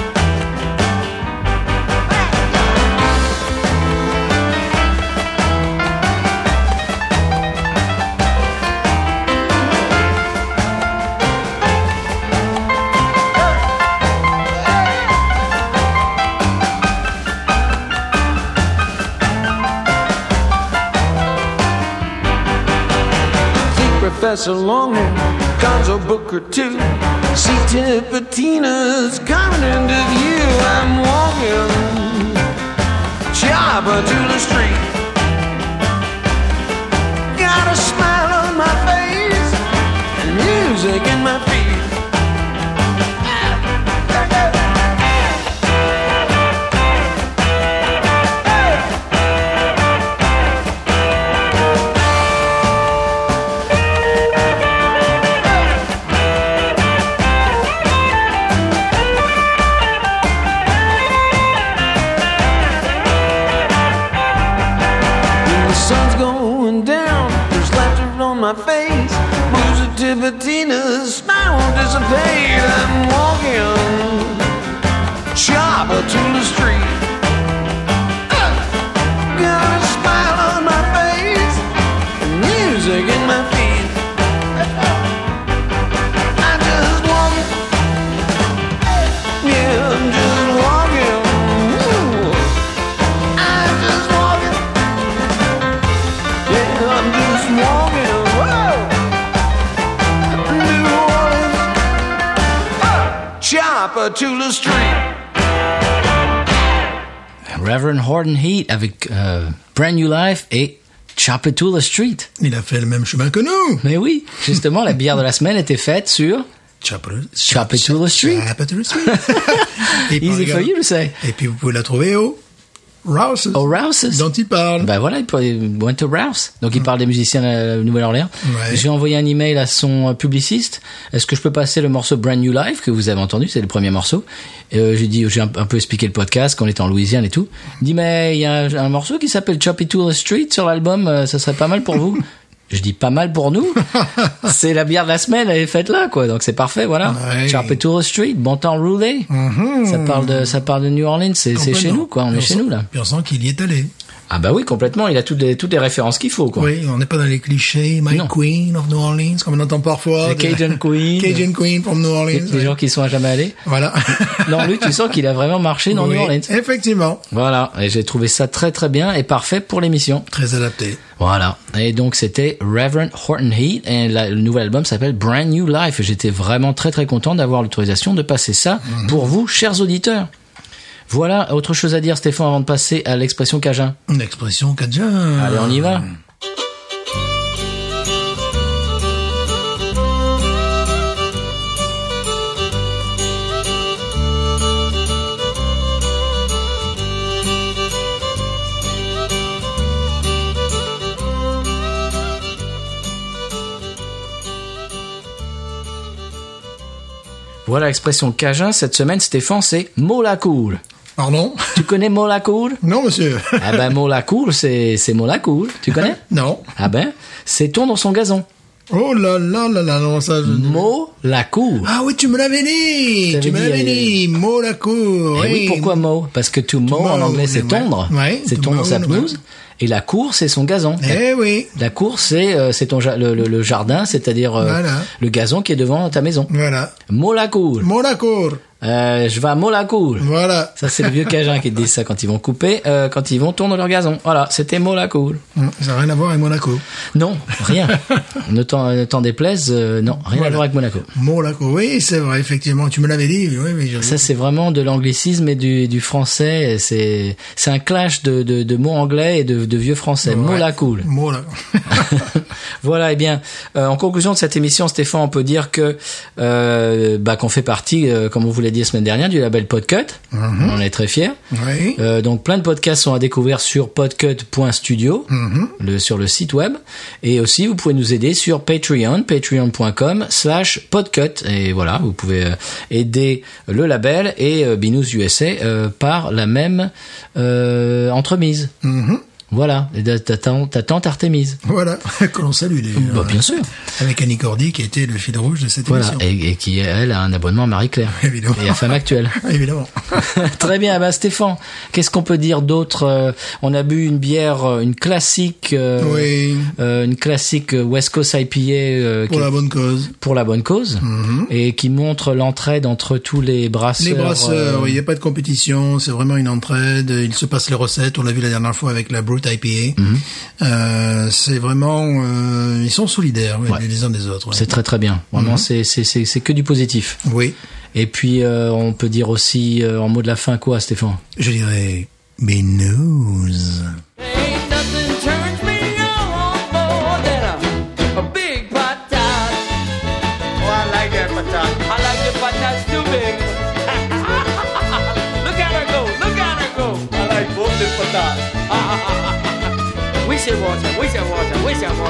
Speaker 8: Professor Longhair, Gonzo Booker too. See Tipitina's coming into view. I'm walking, chopper to the street. Got a smile on my face and music in my feet. my face. Tina's smile won't dissipate. I'm walking sharper to the street. Uh, got a smile on my face, and music in my feet. I just walk, yeah, I'm just walking. Ooh. I'm just walking, yeah, I'm just walking. Whoa. Chopper to the street.
Speaker 1: Reverend Horton Heat avec euh, Brand New Life et Chopper to the Street.
Speaker 2: Il a fait le même chemin que nous.
Speaker 1: Mais oui, justement, la bière de la semaine était faite sur
Speaker 2: Chopper,
Speaker 1: Chopper to the Street.
Speaker 2: Chopper to the Street. Et
Speaker 1: Easy for you to say.
Speaker 2: Et puis vous pouvez la trouver au Rouse's.
Speaker 1: Au Rouse's.
Speaker 2: Dont il parle.
Speaker 1: Ben voilà, il went to Rouse. Donc il parle des musiciens de Nouvelle-Orléans.
Speaker 2: Ouais.
Speaker 1: J'ai envoyé un email à son publiciste. Est-ce que je peux passer le morceau Brand New Life que vous avez entendu? C'est le premier morceau. Euh, j'ai dit, j'ai un, un peu expliqué le podcast qu'on était en Louisiane et tout. Il dit, mais il y a un, un morceau qui s'appelle Choppy to the Street sur l'album. Euh, ça serait pas mal pour vous. Je dis pas mal pour nous. C'est la bière de la semaine, elle est faite là, quoi. Donc c'est parfait, voilà.
Speaker 2: Ouais.
Speaker 1: Choppy to the Street, bon temps roulé.
Speaker 2: Mm-hmm.
Speaker 1: Ça parle de, ça parle de New Orleans. C'est, c'est chez nous, quoi. On
Speaker 2: Puis
Speaker 1: est chez
Speaker 2: sent,
Speaker 1: nous, là.
Speaker 2: Puis on sent qu'il y est allé.
Speaker 1: Ah bah oui, complètement. Il a toutes les, toutes les références qu'il faut, quoi.
Speaker 2: Oui, on n'est pas dans les clichés. My
Speaker 1: Non.
Speaker 2: Queen of New Orleans, comme on entend parfois.
Speaker 1: Le Cajun Queen.
Speaker 2: Cajun Queen from New Orleans.
Speaker 1: Les, les gens qui sont jamais allés.
Speaker 2: Voilà.
Speaker 1: Non, lui, tu sens qu'il a vraiment marché dans
Speaker 2: Oui,
Speaker 1: New Orleans.
Speaker 2: effectivement.
Speaker 1: Voilà. Et j'ai trouvé ça très très bien et parfait pour l'émission.
Speaker 2: Très adapté.
Speaker 1: Voilà. Et donc c'était Reverend Horton Heat et la, le nouvel album s'appelle Brand New Life. Et j'étais vraiment très très content d'avoir l'autorisation de passer ça mm-hmm. pour vous, chers auditeurs. Voilà, autre chose à dire, Stéphane, avant de passer à l'expression cajun.
Speaker 2: Une expression cajun.
Speaker 1: Allez, on y va. Voilà l'expression cajun cette semaine, Stéphane, c'est Molacour.
Speaker 2: Pardon?
Speaker 1: Tu connais Molacour?
Speaker 2: Non, monsieur.
Speaker 1: Ah ben Molacour, c'est c'est Molacour. Tu connais?
Speaker 2: Non.
Speaker 1: Ah ben, c'est tondre son gazon.
Speaker 2: Oh là là là là, non, ça... Je...
Speaker 1: Molacour.
Speaker 2: Ah oui, tu me l'avais dit.
Speaker 1: T'avais
Speaker 2: Tu me
Speaker 1: dit,
Speaker 2: l'avais
Speaker 1: euh,
Speaker 2: dit. Molacour.
Speaker 1: Et oui, pourquoi mow? Parce que to mow en
Speaker 2: mow,
Speaker 1: anglais c'est
Speaker 2: ouais.
Speaker 1: tondre.
Speaker 2: Ouais,
Speaker 1: c'est
Speaker 2: to
Speaker 1: tondre
Speaker 2: mow,
Speaker 1: sa pelouse.
Speaker 2: ouais.
Speaker 1: Et la cour, c'est son gazon.
Speaker 2: Eh oui.
Speaker 1: La cour, c'est euh, c'est ton ja- le, le, le jardin, c'est-à-dire euh,
Speaker 2: Voilà.
Speaker 1: le gazon qui est devant ta maison.
Speaker 2: Voilà.
Speaker 1: Molacour.
Speaker 2: Molacour.
Speaker 1: Euh, je vais à Molacour.
Speaker 2: Voilà.
Speaker 1: Ça, c'est le vieux cajun qui te dit ça quand ils vont couper, euh, quand ils vont tondre leur gazon. Voilà, c'était Molacour.
Speaker 2: Hum, Ça n'a rien à voir avec Monaco.
Speaker 1: Non, rien. ne t'en, ne t'en déplaise, euh, non, rien
Speaker 2: Voilà.
Speaker 1: à voir avec Monaco.
Speaker 2: Monaco, oui, c'est vrai, effectivement. Tu me l'avais dit, oui, mais je...
Speaker 1: Ça, c'est vraiment de l'anglicisme et du, du français. Et C'est, c'est un clash de, de, de mots anglais et de, de vieux français.
Speaker 2: Ouais.
Speaker 1: Molacour.
Speaker 2: Monaco.
Speaker 1: Voilà, eh bien, euh, en conclusion de cette émission, Stéphane, on peut dire que euh, bah, qu'on fait partie, euh, comme on vous l'a dit la semaine dernière, du label Podcut. Mm-hmm. On est très fiers.
Speaker 2: Oui.
Speaker 1: Euh, donc, plein de podcasts sont à découvrir sur podcut point studio,
Speaker 2: Mm-hmm.
Speaker 1: le, sur le site web. Et aussi, vous pouvez nous aider sur Patreon, patreon point com slash podcut. Et voilà, vous pouvez euh, aider le label et euh, Binous U S A euh, par la même euh, entremise.
Speaker 2: Mhm.
Speaker 1: Voilà, et ta, ta, ta tante Artémise.
Speaker 2: Voilà, que l'on salue d'ailleurs.
Speaker 1: Bah, bien sûr.
Speaker 2: Avec Annie Cordy qui était le fil rouge de cette
Speaker 1: Voilà,
Speaker 2: émission.
Speaker 1: et, et qui, elle, a un abonnement à Marie-Claire.
Speaker 2: Évidemment.
Speaker 1: Et à Femme Actuelle.
Speaker 2: Évidemment.
Speaker 1: Très bien, bah Stéphane, qu'est-ce qu'on peut dire d'autre? Euh, On a bu une bière, euh, une classique, euh,
Speaker 2: Oui.
Speaker 1: euh, une classique euh, West Coast I P A euh,
Speaker 2: Pour
Speaker 1: qui-
Speaker 2: la bonne cause.
Speaker 1: pour la bonne cause,
Speaker 2: Mhm.
Speaker 1: et qui montre l'entraide entre tous les brasseurs.
Speaker 2: Les brasseurs,
Speaker 1: euh,
Speaker 2: oui, il n'y a pas de compétition, c'est vraiment une entraide. Ils se passent les recettes, on l'a vu la dernière fois avec la Brute I P A.
Speaker 1: Mhm.
Speaker 2: Euh, c'est vraiment, euh, ils sont solidaires oui,
Speaker 1: Ouais.
Speaker 2: les uns des autres. ouais.
Speaker 1: C'est très très bien. Vraiment,
Speaker 2: Mhm.
Speaker 1: c'est c'est c'est c'est que du positif.
Speaker 2: Oui,
Speaker 1: Et puis euh, on peut dire aussi euh, en mot de la fin quoi, Stéphane?
Speaker 2: je dirais Binous.
Speaker 5: Ain't nothing turns me on more than a, a big patat. Oh, I like that patat. I like the patats too big. Look at her go, look at her go. I like both the patats. We should watch her, we should watch her, we should watch her.